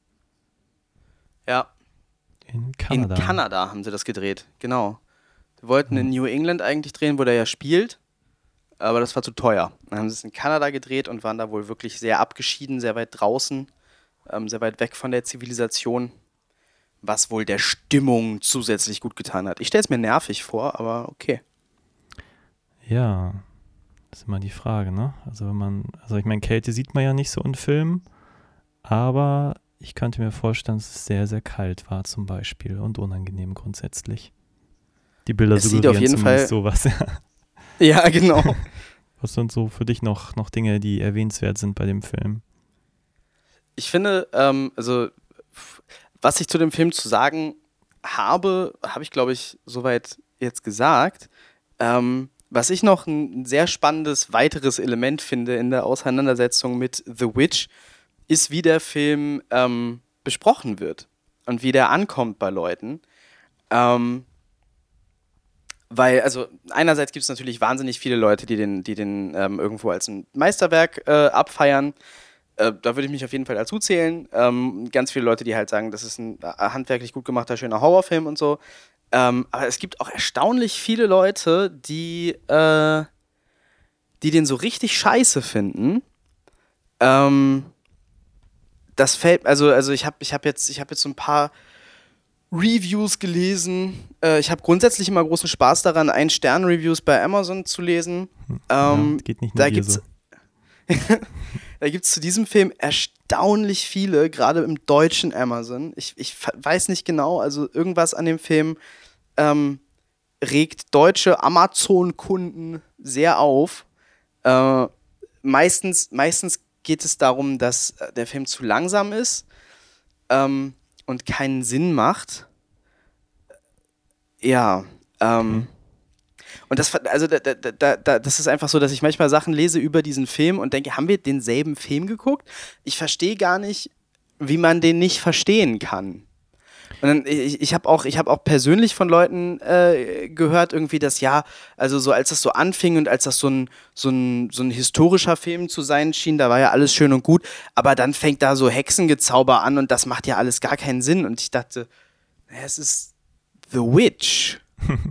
Ja. In Kanada. In Kanada haben sie das gedreht, genau. Sie wollten Hm. in New England eigentlich drehen, wo der ja spielt, aber das war zu teuer. Dann haben sie es in Kanada gedreht und waren da wohl wirklich sehr abgeschieden, sehr weit draußen, ähm, sehr weit weg von der Zivilisation, was wohl der Stimmung zusätzlich gut getan hat. Ich stelle es mir nervig vor, aber okay. Ja, ist immer die Frage, ne? Also wenn man, also ich meine, Kälte sieht man ja nicht so in Filmen, aber ich könnte mir vorstellen, dass es sehr, sehr kalt war zum Beispiel und unangenehm grundsätzlich. Die Bilder es sieht auf jeden Fall sowas, ja. Ja, genau. Was sind so für dich noch, noch Dinge, die erwähnenswert sind bei dem Film? Ich finde, ähm, also was ich zu dem Film zu sagen habe, habe ich, glaube ich, soweit jetzt gesagt. Ähm, was ich noch ein sehr spannendes weiteres Element finde in der Auseinandersetzung mit The Witch, ist, wie der Film ähm, besprochen wird und wie der ankommt bei Leuten. Ähm, weil, also einerseits gibt es natürlich wahnsinnig viele Leute, die den, die den ähm, irgendwo als ein Meisterwerk äh, abfeiern. Äh, da würde ich mich auf jeden Fall dazu zählen. Ähm, ganz viele Leute, die halt sagen, das ist ein handwerklich gut gemachter, schöner Horrorfilm und so. Ähm, aber es gibt auch erstaunlich viele Leute, die, äh, die den so richtig scheiße finden. Ähm, das fällt, also, also ich habe ich hab jetzt, ich hab jetzt so ein paar Reviews gelesen. Äh, ich habe grundsätzlich immer großen Spaß daran, Ein-Stern-Reviews bei Amazon zu lesen. Ähm, ja, geht nicht nur da dir gibt's, so. Da gibt es zu diesem Film erstaunlich viele, gerade im deutschen Amazon. Ich, ich weiß nicht genau, also irgendwas an dem Film ähm, regt deutsche Amazon-Kunden sehr auf. Äh, meistens, meistens geht es darum, dass der Film zu langsam ist ähm, und keinen Sinn macht. Ja, ähm, okay. Und das, also da, da, da, das ist einfach so, dass ich manchmal Sachen lese über diesen Film und denke, haben wir denselben Film geguckt? Ich verstehe gar nicht, wie man den nicht verstehen kann. Und dann, ich, ich habe auch, ich hab auch persönlich von Leuten äh, gehört, irgendwie, dass ja, also so als das so anfing und als das so ein, so, ein, so ein historischer Film zu sein schien, da war ja alles schön und gut, aber dann fängt da so Hexengezauber an und das macht ja alles gar keinen Sinn. Und ich dachte, naja, es ist The Witch.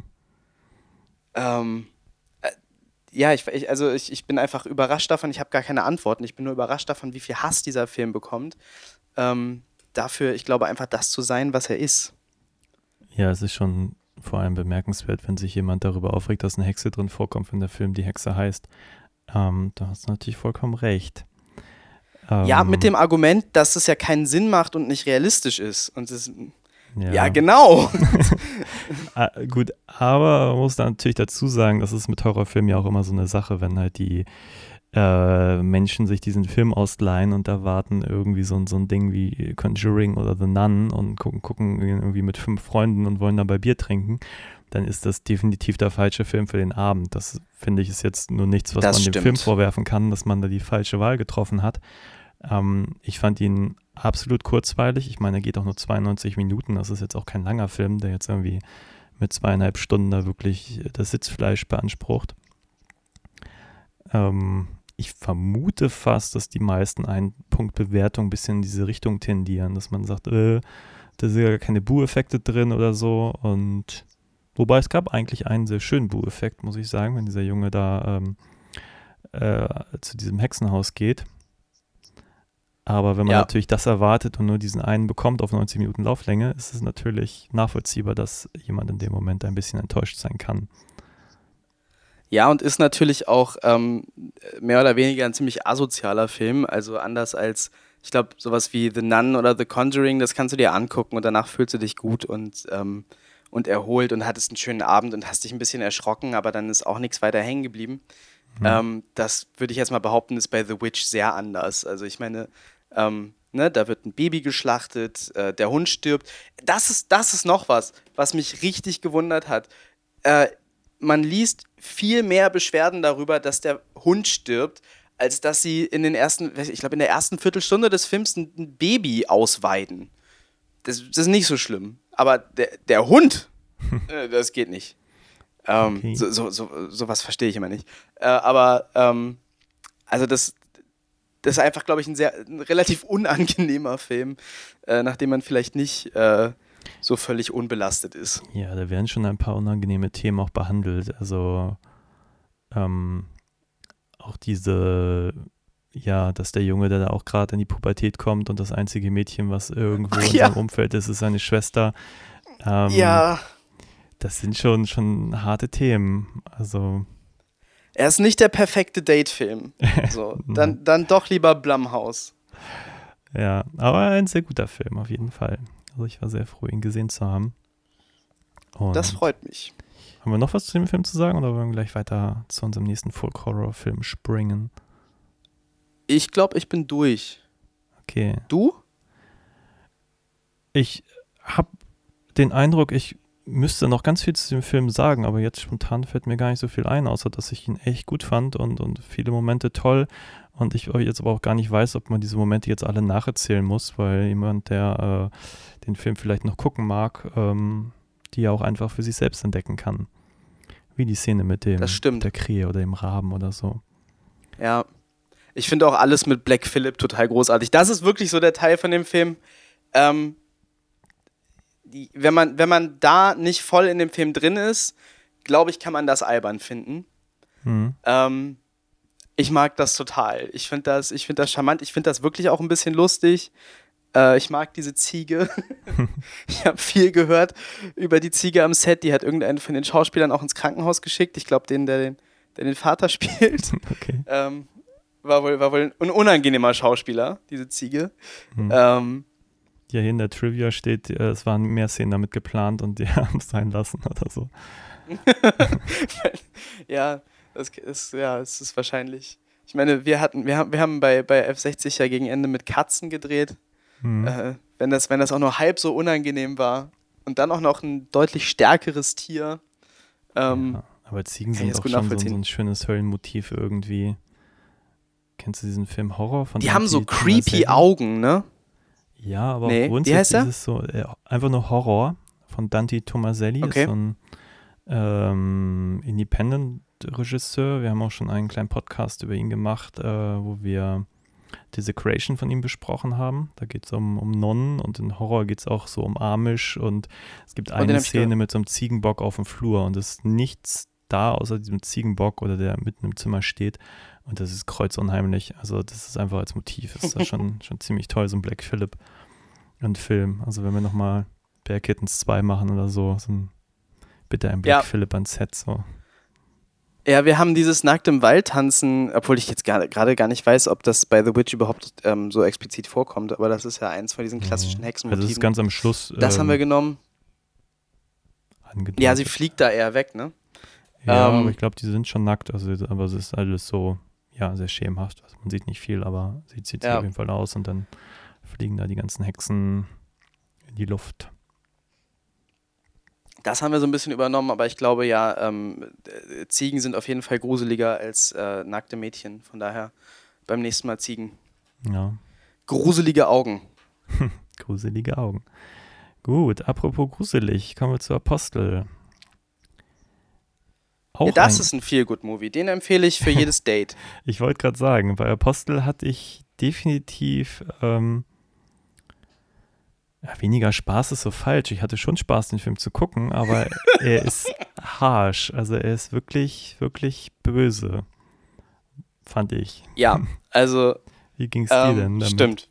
Ähm, äh, ja, ich, ich, also ich, ich bin einfach überrascht davon, ich habe gar keine Antworten, ich bin nur überrascht davon, wie viel Hass dieser Film bekommt. Ähm, dafür, ich glaube, einfach das zu sein, was er ist. Ja, es ist schon vor allem bemerkenswert, wenn sich jemand darüber aufregt, dass eine Hexe drin vorkommt, wenn der Film die Hexe heißt. Ähm, da hast du natürlich vollkommen recht. Ähm, ja, mit dem Argument, dass es ja keinen Sinn macht und nicht realistisch ist. Und das Ja, ja genau. ah, gut, aber man muss da natürlich dazu sagen, das ist mit Horrorfilmen ja auch immer so eine Sache, wenn halt die äh, Menschen sich diesen Film ausleihen und erwarten irgendwie so, so ein Ding wie Conjuring oder The Nun und gucken, gucken irgendwie mit fünf Freunden und wollen dabei Bier trinken, dann ist das definitiv der falsche Film für den Abend. Das, finde ich, ist jetzt nur nichts, was das man stimmt. dem Film vorwerfen kann, dass man da die falsche Wahl getroffen hat. Ähm, ich fand ihn absolut kurzweilig. Ich meine, er geht auch nur zweiundneunzig Minuten. Das ist jetzt auch kein langer Film, der jetzt irgendwie mit zweieinhalb Stunden da wirklich das Sitzfleisch beansprucht. Ähm, ich vermute fast, dass die meisten Ein-Punkt-Bewertungen ein bisschen in diese Richtung tendieren, dass man sagt, äh, da sind ja keine Bu-Effekte drin oder so. Und wobei es gab eigentlich einen sehr schönen Bu-Effekt, muss ich sagen, wenn dieser Junge da ähm, äh, zu diesem Hexenhaus geht. Aber wenn man ja. natürlich das erwartet und nur diesen einen bekommt auf neunzig Minuten Lauflänge, ist es natürlich nachvollziehbar, dass jemand in dem Moment ein bisschen enttäuscht sein kann. Ja, und ist natürlich auch ähm, mehr oder weniger ein ziemlich asozialer Film. Also anders als, ich glaube, sowas wie The Nun oder The Conjuring, das kannst du dir angucken und danach fühlst du dich gut und, ähm, und erholt und hattest einen schönen Abend und hast dich ein bisschen erschrocken, aber dann ist auch nichts weiter hängen geblieben. Mhm. Ähm, das würde ich jetzt mal behaupten, ist bei The Witch sehr anders. Also ich meine, Ähm, ne, da wird ein Baby geschlachtet, äh, der Hund stirbt. Das ist, das ist noch was, was mich richtig gewundert hat. Äh, man liest viel mehr Beschwerden darüber, dass der Hund stirbt, als dass sie in den ersten, ich glaube in der ersten Viertelstunde des Films ein, ein Baby ausweiden. Das, das ist nicht so schlimm. Aber der, der Hund, äh, das geht nicht. Ähm, okay. so, so, so, sowas verstehe ich immer nicht. Äh, aber, ähm, also das Das ist einfach, glaube ich, ein sehr ein relativ unangenehmer Film, äh, nachdem man vielleicht nicht äh, so völlig unbelastet ist. Ja, da werden schon ein paar unangenehme Themen auch behandelt. Also ähm, auch diese, ja, dass der Junge, der da auch gerade in die Pubertät kommt und das einzige Mädchen, was irgendwo Ach, in ja. seinem Umfeld ist, ist seine Schwester. Ähm, ja. Das sind schon, schon harte Themen. Also Er ist nicht der perfekte Date-Film. So, dann, dann doch lieber Blumhouse. Ja, aber ein sehr guter Film auf jeden Fall. Also ich war sehr froh, ihn gesehen zu haben. Und das freut mich. Haben wir noch was zu dem Film zu sagen oder wollen wir gleich weiter zu unserem nächsten Folk-Horror-Film springen? Ich glaube, ich bin durch. Okay. Du? Ich habe den Eindruck, ich müsste noch ganz viel zu dem Film sagen, aber jetzt spontan fällt mir gar nicht so viel ein, außer dass ich ihn echt gut fand und, und viele Momente toll. Und ich jetzt aber auch gar nicht weiß, ob man diese Momente jetzt alle nacherzählen muss, weil jemand, der äh, den Film vielleicht noch gucken mag, ähm, die ja auch einfach für sich selbst entdecken kann. Wie die Szene mit dem mit der Krähe oder dem Raben oder so. Ja, ich finde auch alles mit Black Phillip total großartig. Das ist wirklich so der Teil von dem Film. Ähm, die, wenn man, wenn man da nicht voll in dem Film drin ist, glaube ich, kann man das albern finden. Mhm. Ähm, ich mag das total. Ich finde das, ich finde das charmant. Ich finde das wirklich auch ein bisschen lustig. Äh, ich mag diese Ziege. Ich habe viel gehört über die Ziege am Set. Die hat irgendeinen von den Schauspielern auch ins Krankenhaus geschickt. Ich glaube, den, der den, der den Vater spielt. Okay. Ähm, war wohl, war wohl ein unangenehmer Schauspieler, diese Ziege. Mhm. Ähm, ja, hier in der Trivia steht, äh, es waren mehr Szenen damit geplant und die haben es sein lassen oder so. Ja, das ist, ja, es ist wahrscheinlich. Ich meine, wir hatten, wir haben, wir haben bei, bei F sechzig ja gegen Ende mit Katzen gedreht. Mhm. Äh, wenn das, wenn das auch nur halb so unangenehm war und dann auch noch ein deutlich stärkeres Tier. Ähm, ja, aber Ziegen sind doch schon so, so ein schönes Höllenmotiv irgendwie. Kennst du diesen Film Horror von Die haben so creepy Augen, ne? Ja, aber nee. auch grundsätzlich ist es so äh, einfach nur Horror von Dante Tomaselli. Okay. Ist so ein ähm, Independent-Regisseur. Wir haben auch schon einen kleinen Podcast über ihn gemacht, äh, wo wir Desecration von ihm besprochen haben. Da geht es um, um Nonnen und in Horror geht es auch so um Amish und es gibt eine Szene mit so einem Ziegenbock auf dem Flur und es ist nichts da, außer diesem Ziegenbock oder der mitten im Zimmer steht und das ist kreuzunheimlich. Also das ist einfach als Motiv, ist das schon, schon ziemlich toll, so ein Black Phillip ein Film. Also wenn wir nochmal Bear Kittens zwei machen oder so, so ein, bitte ein Black ja. Phillip ans Set, so. Ja, wir haben dieses Nackt im Wald tanzen, obwohl ich jetzt gerade gar nicht weiß, ob das bei The Witch überhaupt ähm, so explizit vorkommt, aber das ist ja eins von diesen klassischen Hexenmotiven. Also das ist ganz am Schluss. Das ähm, haben wir genommen. Angedeutet. Ja, sie fliegt da eher weg, ne? Ja, ähm, aber ich glaube, die sind schon nackt, also aber es ist alles so, ja, sehr schemenhaft. Also man sieht nicht viel, aber sie zieht sich ja. auf jeden Fall aus und dann fliegen da die ganzen Hexen in die Luft. Das haben wir so ein bisschen übernommen, aber ich glaube ja, ähm, Ziegen sind auf jeden Fall gruseliger als äh, nackte Mädchen. Von daher beim nächsten Mal Ziegen. Ja. Gruselige Augen. Gruselige Augen. Gut, apropos gruselig, kommen wir zu Apostel. Auch ja, das ein ist ein Feel-Good-Movie. Den empfehle ich für jedes Date. Ich wollte gerade sagen, bei Apostel hatte ich definitiv ähm, ja, weniger Spaß ist so falsch. Ich hatte schon Spaß, den Film zu gucken, aber er ist harsh. Also er ist wirklich, wirklich böse, fand ich. Ja, also wie ging es ähm, dir denn damit? Stimmt.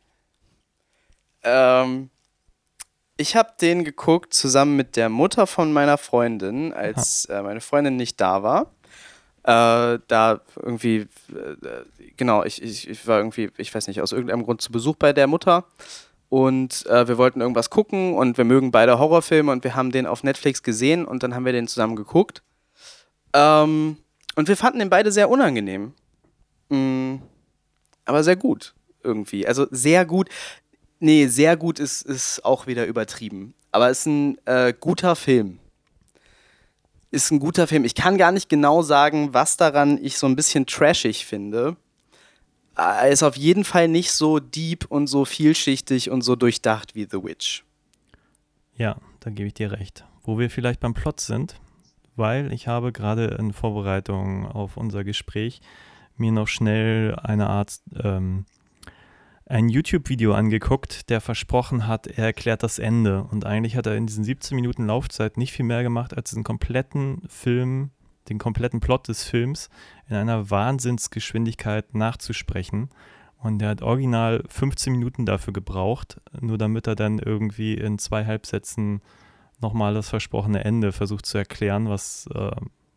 Ähm, ich habe den geguckt zusammen mit der Mutter von meiner Freundin, als äh, meine Freundin nicht da war. Äh, da irgendwie, äh, genau, ich, ich, ich war irgendwie, ich weiß nicht, aus irgendeinem Grund zu Besuch bei der Mutter. Und äh, wir wollten irgendwas gucken und wir mögen beide Horrorfilme und wir haben den auf Netflix gesehen und dann haben wir den zusammen geguckt. Ähm, und wir fanden den beide sehr unangenehm. Mm, aber sehr gut irgendwie. Also sehr gut. Nee, sehr gut ist, ist auch wieder übertrieben. Aber es ist ein äh, guter Film. Ist ein guter Film. Ich kann gar nicht genau sagen, was daran ich so ein bisschen trashig finde. Er ist auf jeden Fall nicht so deep und so vielschichtig und so durchdacht wie The Witch. Ja, da gebe ich dir recht. Wo wir vielleicht beim Plot sind, weil ich habe gerade in Vorbereitung auf unser Gespräch mir noch schnell eine Art, ähm, ein YouTube-Video angeguckt, der versprochen hat, er erklärt das Ende. Und eigentlich hat er in diesen siebzehn Minuten Laufzeit nicht viel mehr gemacht, als den kompletten Film, den kompletten Plot des Films in einer Wahnsinnsgeschwindigkeit nachzusprechen. Und er hat original fünfzehn Minuten dafür gebraucht, nur damit er dann irgendwie in zwei Halbsätzen nochmal das versprochene Ende versucht zu erklären, was, äh,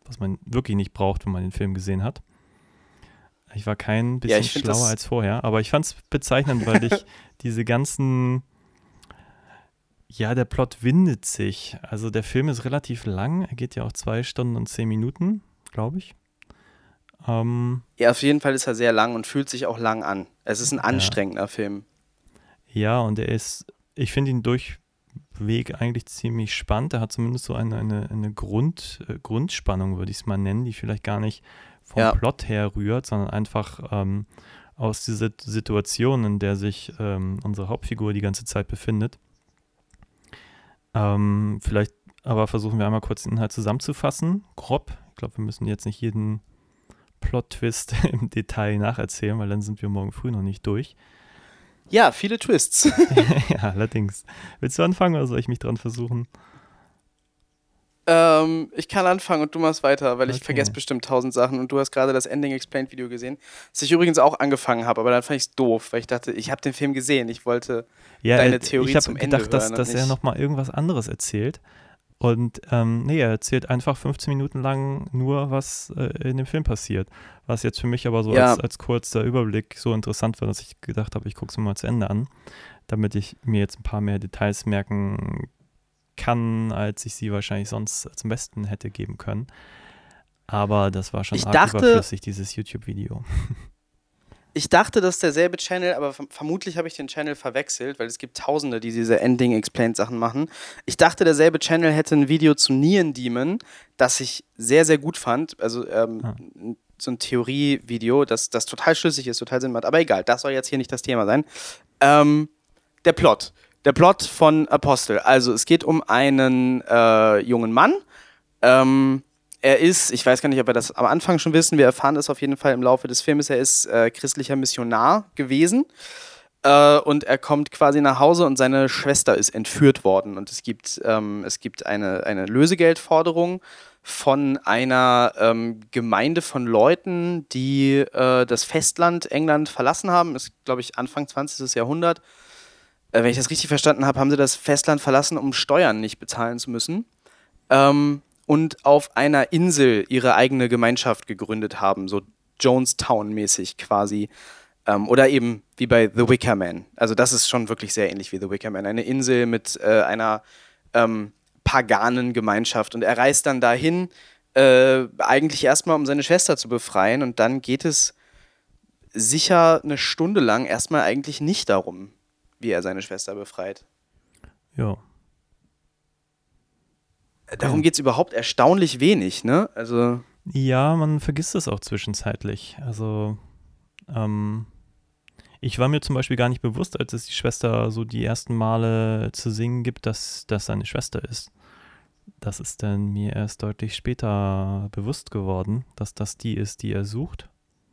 was man wirklich nicht braucht, wenn man den Film gesehen hat. Ich war kein bisschen ja, schlauer als vorher, aber ich fand es bezeichnend, weil ich diese ganzen, ja, der Plot windet sich. Also der Film ist relativ lang, er geht ja auch zwei Stunden und zehn Minuten, glaube ich. Ähm, ja, auf jeden Fall ist er sehr lang und fühlt sich auch lang an. Es ist ein anstrengender ja. Film. Ja, und er ist, ich finde ihn durchweg eigentlich ziemlich spannend. Er hat zumindest so eine, eine, eine Grund, äh, Grundspannung, würde ich es mal nennen, die vielleicht gar nicht vom ja. Plot her rührt, sondern einfach ähm, aus dieser Situation, in der sich ähm, unsere Hauptfigur die ganze Zeit befindet. Ähm, vielleicht aber versuchen wir einmal kurz den Inhalt zusammenzufassen, grob. Ich glaube, wir müssen jetzt nicht jeden Plot-Twist im Detail nacherzählen, weil dann sind wir morgen früh noch nicht durch. Ja, viele Twists. Ja, allerdings. Willst du anfangen oder soll ich mich dran versuchen? Ähm, ich kann anfangen und du machst weiter, weil ich Okay. vergesse bestimmt tausend Sachen und du hast gerade das Ending Explained Video gesehen, das ich übrigens auch angefangen habe, aber dann fand ich es doof, weil ich dachte, ich habe den Film gesehen, ich wollte Ja, deine äh, Theorie ich habe zum Ende gedacht, dass, hören und dass er nicht- nochmal irgendwas anderes erzählt. Und ähm, nee, er erzählt einfach fünfzehn Minuten lang nur, was äh, in dem Film passiert. Was jetzt für mich aber so Ja. als, als kurzer Überblick so interessant war, dass ich gedacht habe, ich gucke es mir mal zu Ende an, damit ich mir jetzt ein paar mehr Details merken kann, als ich sie wahrscheinlich sonst zum Besten hätte geben können. Aber das war schon Ich arg dachte- überflüssig, dieses YouTube-Video. Ich dachte, das ist derselbe Channel, aber verm- vermutlich habe ich den Channel verwechselt, weil es gibt Tausende, die diese Ending Explained Sachen machen. Ich dachte, derselbe Channel hätte ein Video zu Neon Demon, das ich sehr, sehr gut fand. Also ähm, Ah. n- so ein Theorie-Video, das, das total schlüssig ist, total Sinn macht. Aber egal, das soll jetzt hier nicht das Thema sein. Ähm, der Plot. Der Plot von Apostel. Also es geht um einen äh, jungen Mann. Ähm, er ist, ich weiß gar nicht, ob wir das am Anfang schon wissen, wir erfahren das auf jeden Fall im Laufe des Filmes, er ist äh, christlicher Missionar gewesen. Äh, und er kommt quasi nach Hause und seine Schwester ist entführt worden. Und es gibt, ähm, es gibt eine, eine Lösegeldforderung von einer ähm, Gemeinde von Leuten, die äh, das Festland England verlassen haben. Das ist, glaube ich, Anfang zwanzigsten Jahrhundert. Äh, wenn ich das richtig verstanden habe, haben sie das Festland verlassen, um Steuern nicht bezahlen zu müssen. Ähm, und auf einer Insel ihre eigene Gemeinschaft gegründet haben, so Jonestown-mäßig quasi. Ähm, oder eben wie bei The Wicker Man. Also das ist schon wirklich sehr ähnlich wie The Wicker Man. Eine Insel mit äh, einer ähm, paganen Gemeinschaft. Und er reist dann dahin, äh, eigentlich erstmal, um seine Schwester zu befreien. Und dann geht es sicher eine Stunde lang erstmal eigentlich nicht darum, wie er seine Schwester befreit. Ja. Darum Ja. geht es überhaupt erstaunlich wenig, ne? Also, Ja, man vergisst es auch zwischenzeitlich. Also, ähm, ich war mir zum Beispiel gar nicht bewusst, als es die Schwester so die ersten Male zu singen gibt, dass das seine Schwester ist. Das ist dann mir erst deutlich später bewusst geworden, dass das die ist, die er sucht.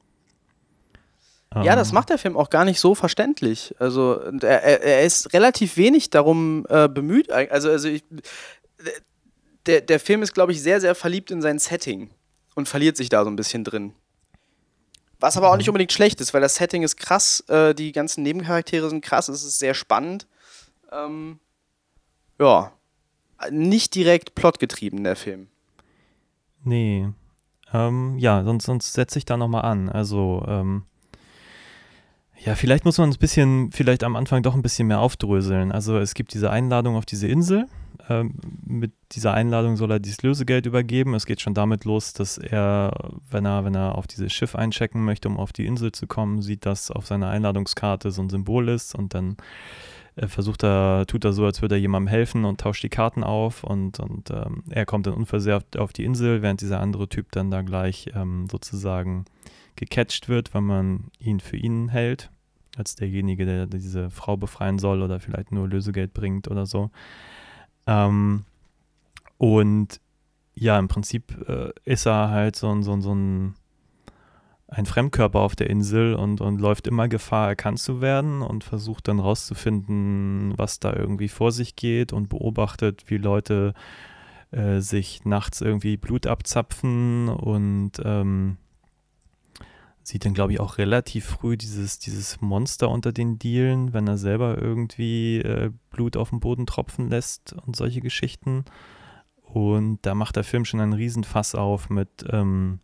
ja, das Ähm, macht der Film auch gar nicht so verständlich. Also, und er, er, er ist relativ wenig darum äh, bemüht. Also, also ich, der, der Film ist, glaube ich, sehr, sehr verliebt in sein Setting und verliert sich da so ein bisschen drin. Was aber auch nicht unbedingt schlecht ist, weil das Setting ist krass, äh, die ganzen Nebencharaktere sind krass, es ist sehr spannend. Ähm, ja, nicht direkt plotgetrieben, der Film. Nee. Ähm, ja, sonst, sonst setze ich da nochmal an. Also, ähm, ja, vielleicht muss man ein bisschen, vielleicht am Anfang doch ein bisschen mehr aufdröseln. Also es gibt diese Einladung auf diese Insel. Ähm, mit dieser Einladung soll er dieses Lösegeld übergeben. Es geht schon damit los, dass er, wenn er, wenn er auf dieses Schiff einchecken möchte, um auf die Insel zu kommen, sieht, dass auf seiner Einladungskarte so ein Symbol ist und dann äh, versucht er, tut er so, als würde er jemandem helfen und tauscht die Karten auf und, und ähm, er kommt dann unversehrt auf die Insel, während dieser andere Typ dann da gleich ähm, sozusagen gecatcht wird, wenn man ihn für ihn hält, als derjenige, der diese Frau befreien soll oder vielleicht nur Lösegeld bringt oder so. Ähm, und ja, im Prinzip äh, ist er halt so ein, so ein, so ein, ein Fremdkörper auf der Insel und, und läuft immer Gefahr, erkannt zu werden und versucht dann rauszufinden, was da irgendwie vor sich geht und beobachtet, wie Leute äh, sich nachts irgendwie Blut abzapfen und ähm, sieht dann, glaube ich, auch relativ früh dieses, dieses Monster unter den Dielen, wenn er selber irgendwie äh, Blut auf den Boden tropfen lässt und solche Geschichten. Und da macht der Film schon einen Riesenfass auf mit, ähm,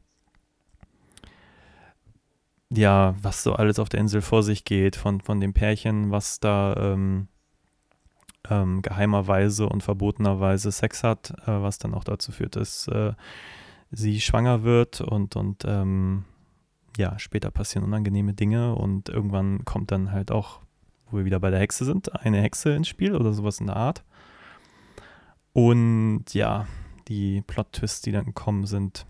ja, was so alles auf der Insel vor sich geht, von, von dem Pärchen, was da ähm, ähm, geheimerweise und verbotenerweise Sex hat, äh, was dann auch dazu führt, dass äh, sie schwanger wird und, und ähm, ja, später passieren unangenehme Dinge und irgendwann kommt dann halt auch, wo wir wieder bei der Hexe sind, eine Hexe ins Spiel oder sowas in der Art. Und ja, die Plot-Twists, die dann kommen, sind,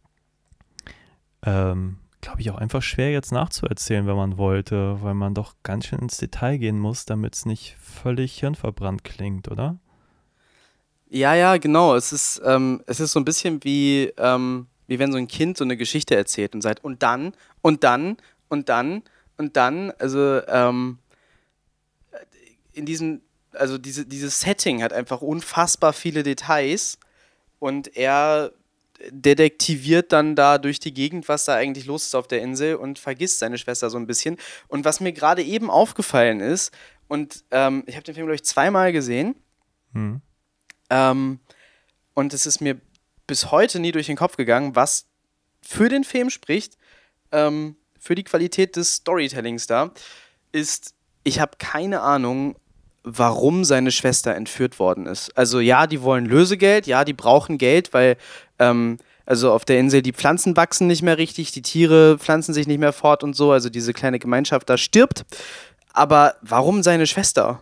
ähm, glaube ich, auch einfach schwer jetzt nachzuerzählen, wenn man wollte, weil man doch ganz schön ins Detail gehen muss, damit es nicht völlig hirnverbrannt klingt, oder? Ja, ja, genau. Es ist, ähm, es ist so ein bisschen wie, ähm, wie wenn so ein Kind so eine Geschichte erzählt und sagt, und dann, und dann, und dann, und dann, also ähm, in diesem, also diese, dieses Setting hat einfach unfassbar viele Details und er detektiviert dann da durch die Gegend, was da eigentlich los ist auf der Insel und vergisst seine Schwester so ein bisschen. Und was mir gerade eben aufgefallen ist, und ähm, ich habe den Film, glaube ich, zweimal gesehen, Hm. ähm, und es ist mir bis heute nie durch den Kopf gegangen, was für den Film spricht, ähm, für die Qualität des Storytellings da, ist, ich habe keine Ahnung, warum seine Schwester entführt worden ist. Also ja, die wollen Lösegeld, ja, die brauchen Geld, weil ähm, also auf der Insel die Pflanzen wachsen nicht mehr richtig, die Tiere pflanzen sich nicht mehr fort und so, also diese kleine Gemeinschaft da stirbt. Aber warum seine Schwester?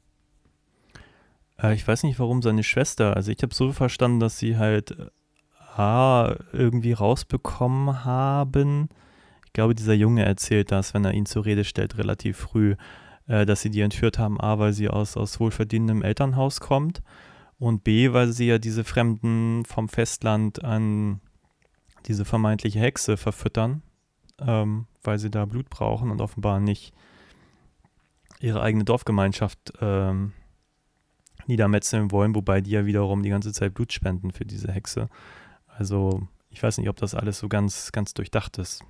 Äh, ich weiß nicht, warum seine Schwester. Also ich habe so verstanden, dass sie halt äh, A, irgendwie rausbekommen haben. Ich glaube, dieser Junge erzählt das, wenn er ihn zur Rede stellt, relativ früh, äh, dass sie die entführt haben. A, weil sie aus, aus wohlverdienendem Elternhaus kommt und B, weil sie ja diese Fremden vom Festland an diese vermeintliche Hexe verfüttern, ähm, weil sie da Blut brauchen und offenbar nicht ihre eigene Dorfgemeinschaft ähm, niedermetzeln wollen, wobei die ja wiederum die ganze Zeit Blut spenden für diese Hexe. Also ich weiß nicht, ob das alles so ganz, ganz durchdacht ist.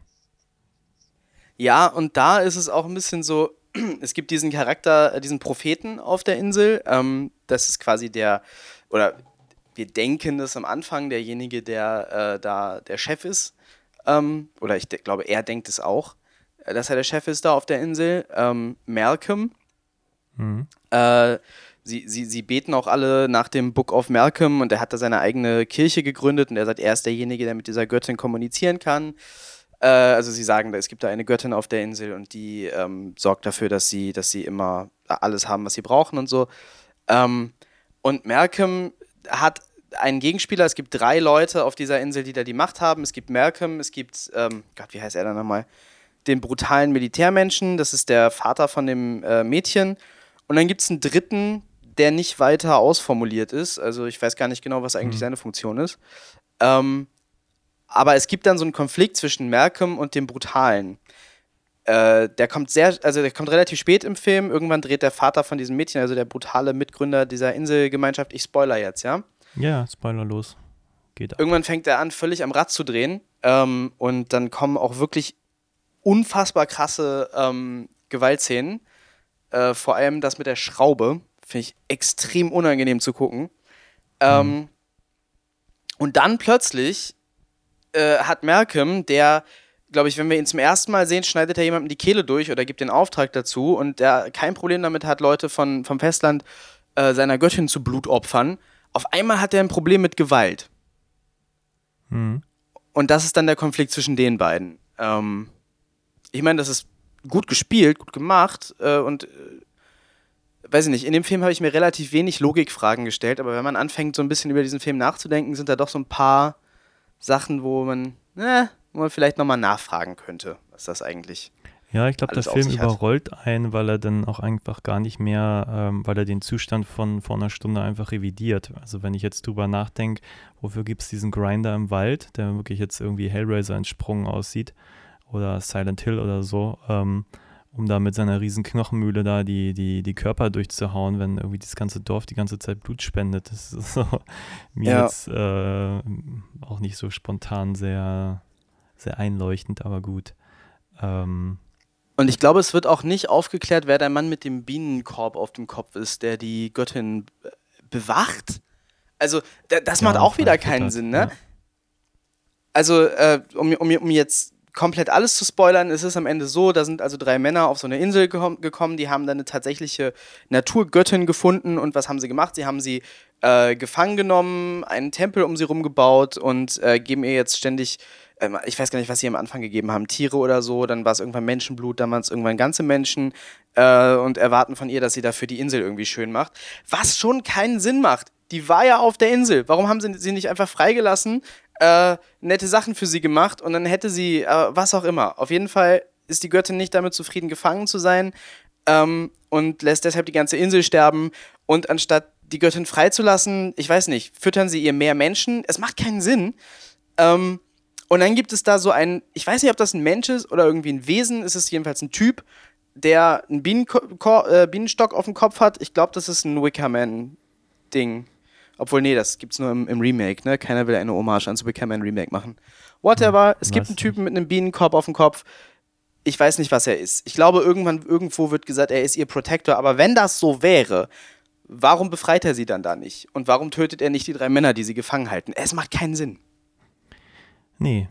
Ja, und da ist es auch ein bisschen so, es gibt diesen Charakter, äh, diesen Propheten auf der Insel, ähm, das ist quasi der, oder wir denken das am Anfang, derjenige, der äh, da der Chef ist, ähm, oder ich de- glaube, er denkt es auch, äh, dass er der Chef ist da auf der Insel, ähm, Malcolm. Mhm. Äh, sie, sie, sie beten auch alle nach dem Book of Malcolm und er hat da seine eigene Kirche gegründet und er sagt, er ist derjenige, der mit dieser Göttin kommunizieren kann. Äh, also sie sagen, es gibt da eine Göttin auf der Insel und die ähm, sorgt dafür, dass sie, dass sie immer alles haben, was sie brauchen und so. Ähm, und Malcolm hat einen Gegenspieler, es gibt drei Leute auf dieser Insel, die da die Macht haben. Es gibt Malcolm, es gibt, ähm, Gott, wie heißt er da nochmal? Den brutalen Militärmenschen, das ist der Vater von dem äh, Mädchen. Und dann gibt es einen dritten, der nicht weiter ausformuliert ist. Also ich weiß gar nicht genau, was eigentlich mhm. seine Funktion ist. Ähm, aber es gibt dann so einen Konflikt zwischen Malcolm und dem Brutalen. Äh, der kommt sehr, also der kommt relativ spät im Film. Irgendwann dreht der Vater von diesem Mädchen, also der brutale Mitgründer dieser Inselgemeinschaft, ich spoiler jetzt, ja? Ja, Spoiler los. Geht ab. Irgendwann fängt er an, völlig am Rad zu drehen. Ähm, und dann kommen auch wirklich unfassbar krasse ähm, Gewaltszenen. Äh, vor allem das mit der Schraube. Finde ich extrem unangenehm zu gucken. Ähm, mhm. Und dann plötzlich äh, hat Malcolm, der, glaube ich, wenn wir ihn zum ersten Mal sehen, schneidet er jemandem die Kehle durch oder gibt den Auftrag dazu und der kein Problem damit hat, Leute von, vom Festland äh, seiner Göttin zu Blutopfern. Auf einmal hat er ein Problem mit Gewalt. Mhm. Und das ist dann der Konflikt zwischen den beiden. Ähm, ich meine, das ist gut gespielt, gut gemacht äh, und äh, weiß ich nicht, in dem Film habe ich mir relativ wenig Logikfragen gestellt, aber wenn man anfängt, so ein bisschen über diesen Film nachzudenken, sind da doch so ein paar Sachen, wo man, äh, wo man vielleicht nochmal nachfragen könnte, was das eigentlich Ja, ich glaube, der alles auf Film sich hat. überrollt einen, weil er dann auch einfach gar nicht mehr, ähm, weil er den Zustand von vor einer Stunde einfach revidiert. Also wenn ich jetzt drüber nachdenke, wofür gibt es diesen Grinder im Wald, der wirklich jetzt irgendwie Hellraiser entsprungen aussieht oder Silent Hill oder so, ähm, um da mit seiner riesen Knochenmühle da die, die, die Körper durchzuhauen, wenn irgendwie das ganze Dorf die ganze Zeit Blut spendet. Das ist so mir Ja. jetzt äh, auch nicht so spontan sehr, sehr einleuchtend, aber gut. Ähm, Und ich glaube, es wird auch nicht aufgeklärt, wer der Mann mit dem Bienenkorb auf dem Kopf ist, der die Göttin äh, bewacht. Also, d- das Ja, macht auch wieder verfüttert, keinen Sinn, ne? ja. Also, äh, um, um, um jetzt komplett alles zu spoilern, ist es am Ende so, da sind also drei Männer auf so eine Insel gekom- gekommen, die haben dann eine tatsächliche Naturgöttin gefunden und was haben sie gemacht? Sie haben sie äh, gefangen genommen, einen Tempel um sie rumgebaut und äh, geben ihr jetzt ständig, äh, ich weiß gar nicht, was sie am Anfang gegeben haben, Tiere oder so, dann war es irgendwann Menschenblut, dann waren es irgendwann ganze Menschen äh, und erwarten von ihr, dass sie dafür die Insel irgendwie schön macht, was schon keinen Sinn macht. Die war ja auf der Insel. Warum haben sie sie nicht einfach freigelassen, äh, nette Sachen für sie gemacht und dann hätte sie, äh, was auch immer. Auf jeden Fall ist die Göttin nicht damit zufrieden, gefangen zu sein ähm, und lässt deshalb die ganze Insel sterben. Und anstatt die Göttin freizulassen, ich weiß nicht, füttern sie ihr mehr Menschen. Es macht keinen Sinn. Ähm, und dann gibt es da so einen, ich weiß nicht, ob das ein Mensch ist oder irgendwie ein Wesen, es ist jedenfalls ein Typ, der einen Bienenko- äh, Bienenstock auf dem Kopf hat. Ich glaube, das ist ein Wickerman-Ding. Obwohl, nee, das gibt's nur im, im Remake, ne? Keiner will eine Hommage an zu Wickerman Remake machen. Whatever, es gibt einen Typen mit einem Bienenkorb auf dem Kopf. Ich weiß nicht, was er ist. Ich glaube, irgendwann, irgendwo wird gesagt, er ist ihr Protector. Aber wenn das so wäre, warum befreit er sie dann da nicht? Und warum tötet er nicht die drei Männer, die sie gefangen halten? Es macht keinen Sinn. Nee.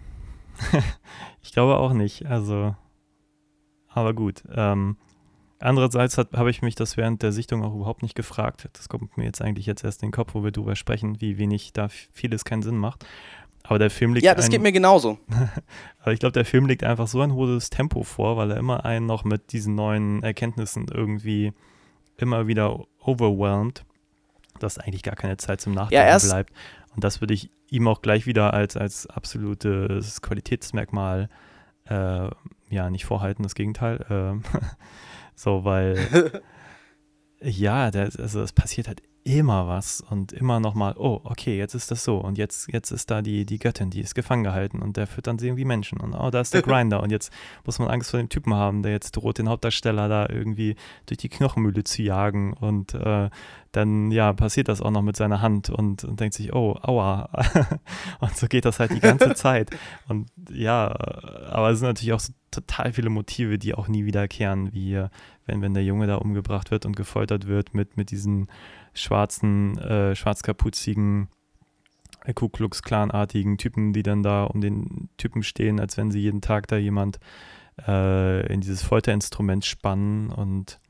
Ich glaube auch nicht. Also, aber gut. Ähm, andererseits habe ich mich das während der Sichtung auch überhaupt nicht gefragt. Das kommt mir jetzt eigentlich jetzt erst in den Kopf, wo wir drüber sprechen, wie wenig da vieles keinen Sinn macht. Aber der Film liegt Ja, das ein, geht mir genauso. aber ich glaube, der Film legt einfach so ein hohes Tempo vor, weil er immer einen noch mit diesen neuen Erkenntnissen irgendwie immer wieder overwhelmed, dass eigentlich gar keine Zeit zum Nachdenken Ja, erst- bleibt. Und das würde ich ihm auch gleich wieder als, als absolutes Qualitätsmerkmal äh, ja, nicht vorhalten, das Gegenteil. Ähm, so, weil ja, der, also es passiert halt immer was und immer nochmal, oh, okay, jetzt ist das so und jetzt, jetzt ist da die, die Göttin, die ist gefangen gehalten und der füttert sie irgendwie Menschen und oh, da ist der Grinder und jetzt muss man Angst vor dem Typen haben, der jetzt droht, den Hauptdarsteller da irgendwie durch die Knochenmühle zu jagen und äh, dann, ja, passiert das auch noch mit seiner Hand und, und denkt sich, oh, aua. Und so geht das halt die ganze Zeit. Und ja, aber es sind natürlich auch so total viele Motive, die auch nie wiederkehren, wie wenn, wenn der Junge da umgebracht wird und gefoltert wird mit, mit diesen schwarzen, äh, schwarzkapuzigen, Ku Klux Klan-artigen Typen, die dann da um den Typen stehen, als wenn sie jeden Tag da jemand äh, in dieses Folterinstrument spannen und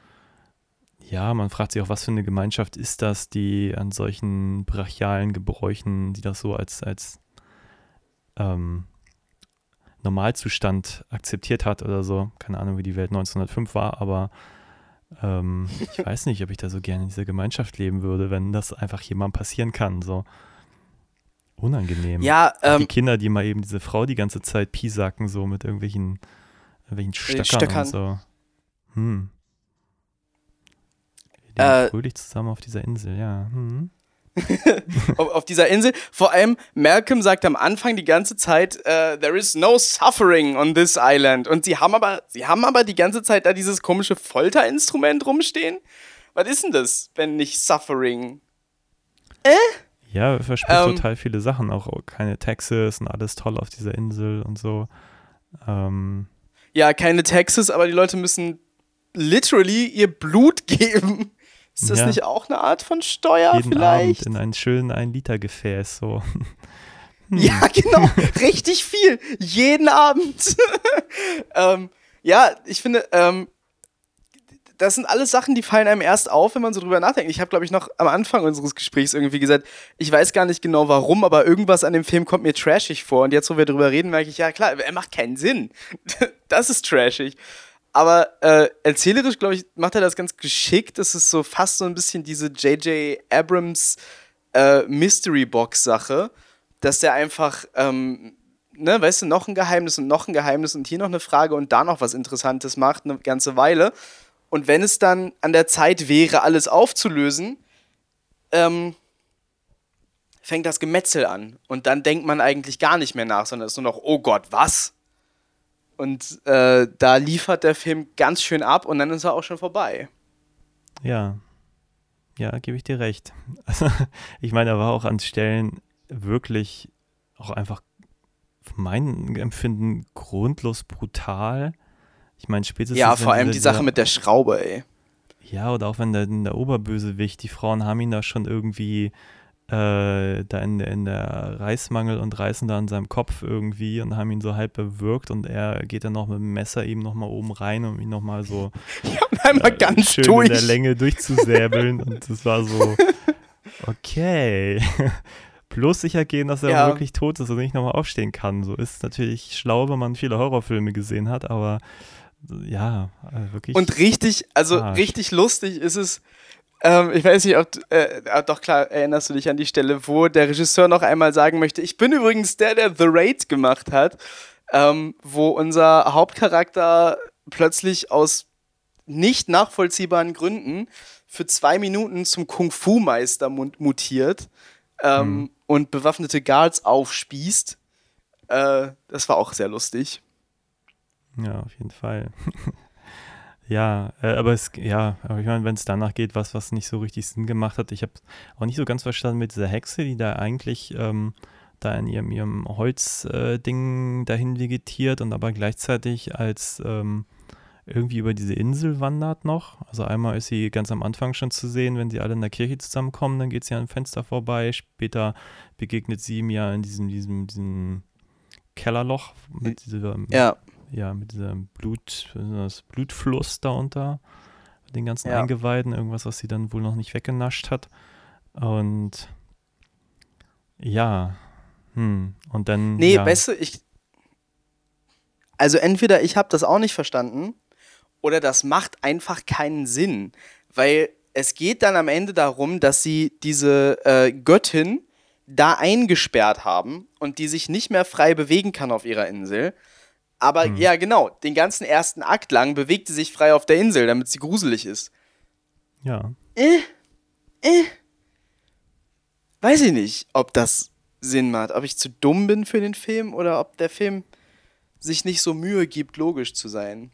ja, man fragt sich auch, was für eine Gemeinschaft ist das, die an solchen brachialen Gebräuchen, die das so als, als ähm, Normalzustand akzeptiert hat oder so. Keine Ahnung, wie die Welt neunzehnhundertfünf war, aber ähm, ich weiß nicht, ob ich da so gerne in dieser Gemeinschaft leben würde, wenn das einfach jemandem passieren kann. So unangenehm. Ja, Auch ähm, die Kinder, die mal eben diese Frau die ganze Zeit piesacken, so mit irgendwelchen, irgendwelchen Stöckern, Stöckern. und so. Hm. Wir leben Äh, fröhlich zusammen auf dieser Insel, ja. Hm. auf, auf dieser Insel. Vor allem, Malcolm sagt am Anfang die ganze Zeit, äh, there is no suffering on this island. Und sie haben aber, sie haben aber die ganze Zeit da dieses komische Folterinstrument rumstehen. Was ist denn das, wenn nicht suffering? Ja, er verspricht Ähm, total viele Sachen, auch keine Taxes und alles toll auf dieser Insel und so. Ähm, Ja, keine Taxes, aber die Leute müssen literally ihr Blut geben. Ist das Ja. nicht auch eine Art von Steuer jeden vielleicht? Abend in ein schönen ein Liter Gefäß, so. Ja, genau. Richtig viel. Jeden Abend. ähm, ja, ich finde, ähm, das sind alles Sachen, die fallen einem erst auf, wenn man so drüber nachdenkt. Ich habe, glaube ich, noch am Anfang unseres Gesprächs irgendwie gesagt, ich weiß gar nicht genau warum, aber irgendwas an dem Film kommt mir trashig vor. Und jetzt, wo wir drüber reden, merke ich, ja klar, er macht keinen Sinn. Das ist trashig. Aber äh, erzählerisch, glaube ich, macht er das ganz geschickt. Das ist so fast so ein bisschen diese J J Abrams äh, Mystery-Box-Sache, dass der einfach, ähm, ne, weißt du, noch ein Geheimnis und noch ein Geheimnis und hier noch eine Frage und da noch was Interessantes macht, eine ganze Weile. Und wenn es dann an der Zeit wäre, alles aufzulösen, ähm, fängt das Gemetzel an. Und dann denkt man eigentlich gar nicht mehr nach, sondern es ist nur noch, oh Gott, was? Und äh, da liefert der Film ganz schön ab und dann ist er auch schon vorbei. Ja, ja, gebe ich dir recht. Also, ich meine, er war auch an Stellen wirklich auch einfach für mein Empfinden grundlos brutal. Ich meine, spätestens Ja, wenn vor allem dieser- die Sache dieser- mit der Schraube, ey. Ja, oder auch wenn der, der Oberbösewicht, die Frauen haben ihn da schon irgendwie äh, da in, in der Reismangel und reißen da an seinem Kopf irgendwie und haben ihn so halb bewürgt und er geht dann noch mit dem Messer ihm nochmal oben rein, um ihn nochmal so ja, einmal äh, ganz schön durch. in der Länge durchzusäbeln und das war so, okay. Bloß sicher gehen, dass er Ja. wirklich tot ist und nicht nochmal aufstehen kann. So ist natürlich schlau, wenn man viele Horrorfilme gesehen hat, aber ja, äh, wirklich. Und richtig, also Arsch. richtig lustig ist es, ähm, ich weiß nicht, ob, du- äh, ah, doch klar, erinnerst du dich an die Stelle, wo der Regisseur noch einmal sagen möchte, ich bin übrigens der, der The Raid gemacht hat, ähm, wo unser Hauptcharakter plötzlich aus nicht nachvollziehbaren Gründen für zwei Minuten zum Kung-Fu-Meister mu- mutiert ähm, Mhm. und bewaffnete Guards aufspießt. Äh, das war auch sehr lustig. Ja, auf jeden Fall. Ja, äh, aber es, ja, aber ich meine, wenn es danach geht, was, was nicht so richtig Sinn gemacht hat, ich habe auch nicht so ganz verstanden mit dieser Hexe, die da eigentlich ähm, da in ihrem, ihrem Holzding dahin vegetiert und aber gleichzeitig als ähm, irgendwie über diese Insel wandert noch. Also einmal ist sie ganz am Anfang schon zu sehen, wenn sie alle in der Kirche zusammenkommen, dann geht sie an einem Fenster vorbei. Später begegnet sie ihm ja in diesem, diesem, diesem Kellerloch mit dieser, Ja. ja, mit diesem Blut, das Blutfluss da unter den ganzen Ja. Eingeweiden, irgendwas, was sie dann wohl noch nicht weggenascht hat. Und ja, hm, und dann. Nee, ja, weißt du, ich. Also entweder ich habe das auch nicht verstanden oder das macht einfach keinen Sinn. Weil es geht dann am Ende darum, dass sie diese äh, Göttin da eingesperrt haben und die sich nicht mehr frei bewegen kann auf ihrer Insel. Aber Hm. ja, genau, den ganzen ersten Akt lang bewegt sie sich frei auf der Insel, damit sie gruselig ist. Ja. Weiß ich nicht, ob das Sinn macht. Ob ich zu dumm bin für den Film oder ob der Film sich nicht so Mühe gibt, logisch zu sein.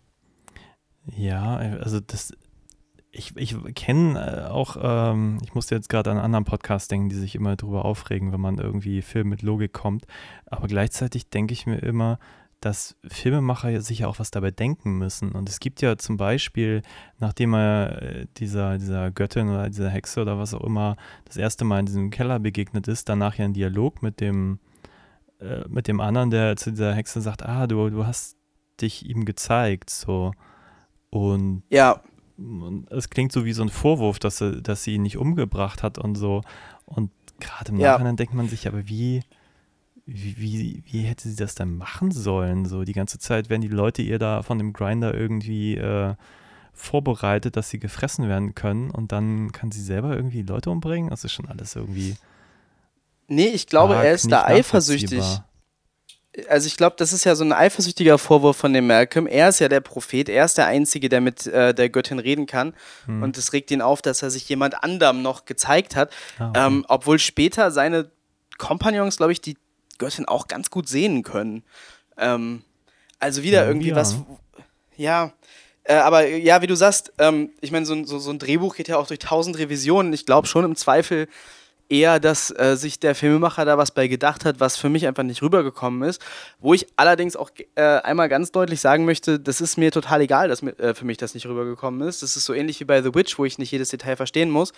Ja, also das, ich, ich kenne äh, auch, ähm, ich musste jetzt gerade an einen anderen Podcast denken, die sich immer drüber aufregen, wenn man irgendwie Film mit Logik kommt. Aber gleichzeitig denke ich mir immer, dass Filmemacher ja sich ja auch was dabei denken müssen. Und es gibt ja zum Beispiel, nachdem er äh, dieser, dieser Göttin oder dieser Hexe oder was auch immer das erste Mal in diesem Keller begegnet ist, danach ja einen Dialog mit dem, äh, mit dem anderen, der zu dieser Hexe sagt, ah, du, du hast dich ihm gezeigt, so. Und Ja, und es klingt so wie so ein Vorwurf, dass sie, dass sie ihn nicht umgebracht hat und so. Und gerade im Ja. Nachhinein denkt man sich, aber wie, wie, wie, wie hätte sie das denn machen sollen? So die ganze Zeit werden die Leute ihr da von dem Grinder irgendwie äh, vorbereitet, dass sie gefressen werden können und dann kann sie selber irgendwie Leute umbringen. Das ist schon alles irgendwie. nee, ich glaube, arg er ist nicht da eifersüchtig. nachvollziehbar. Also ich glaube, das ist ja so ein eifersüchtiger Vorwurf von dem Malcolm. Er ist ja der Prophet, er ist der Einzige, der mit äh, der Göttin reden kann. Hm. Und es regt ihn auf, dass er sich jemand anderem noch gezeigt hat. Ah, okay. ähm, obwohl später seine Kompagnons, glaube ich, die Göttin auch ganz gut sehen können. Ähm, also wieder Ja, irgendwie ja. was. Ja, äh, aber ja, wie du sagst, ähm, ich meine, so, ein- so, so ein Drehbuch geht ja auch durch tausend Revisionen. Ich glaube schon im Zweifel eher, dass äh, sich der Filmemacher da was bei gedacht hat, was für mich einfach nicht rübergekommen ist. Wo ich allerdings auch äh, einmal ganz deutlich sagen möchte, das ist mir total egal, dass mir, äh, für mich das nicht rübergekommen ist. Das ist so ähnlich wie bei The Witch, wo ich nicht jedes Detail verstehen muss.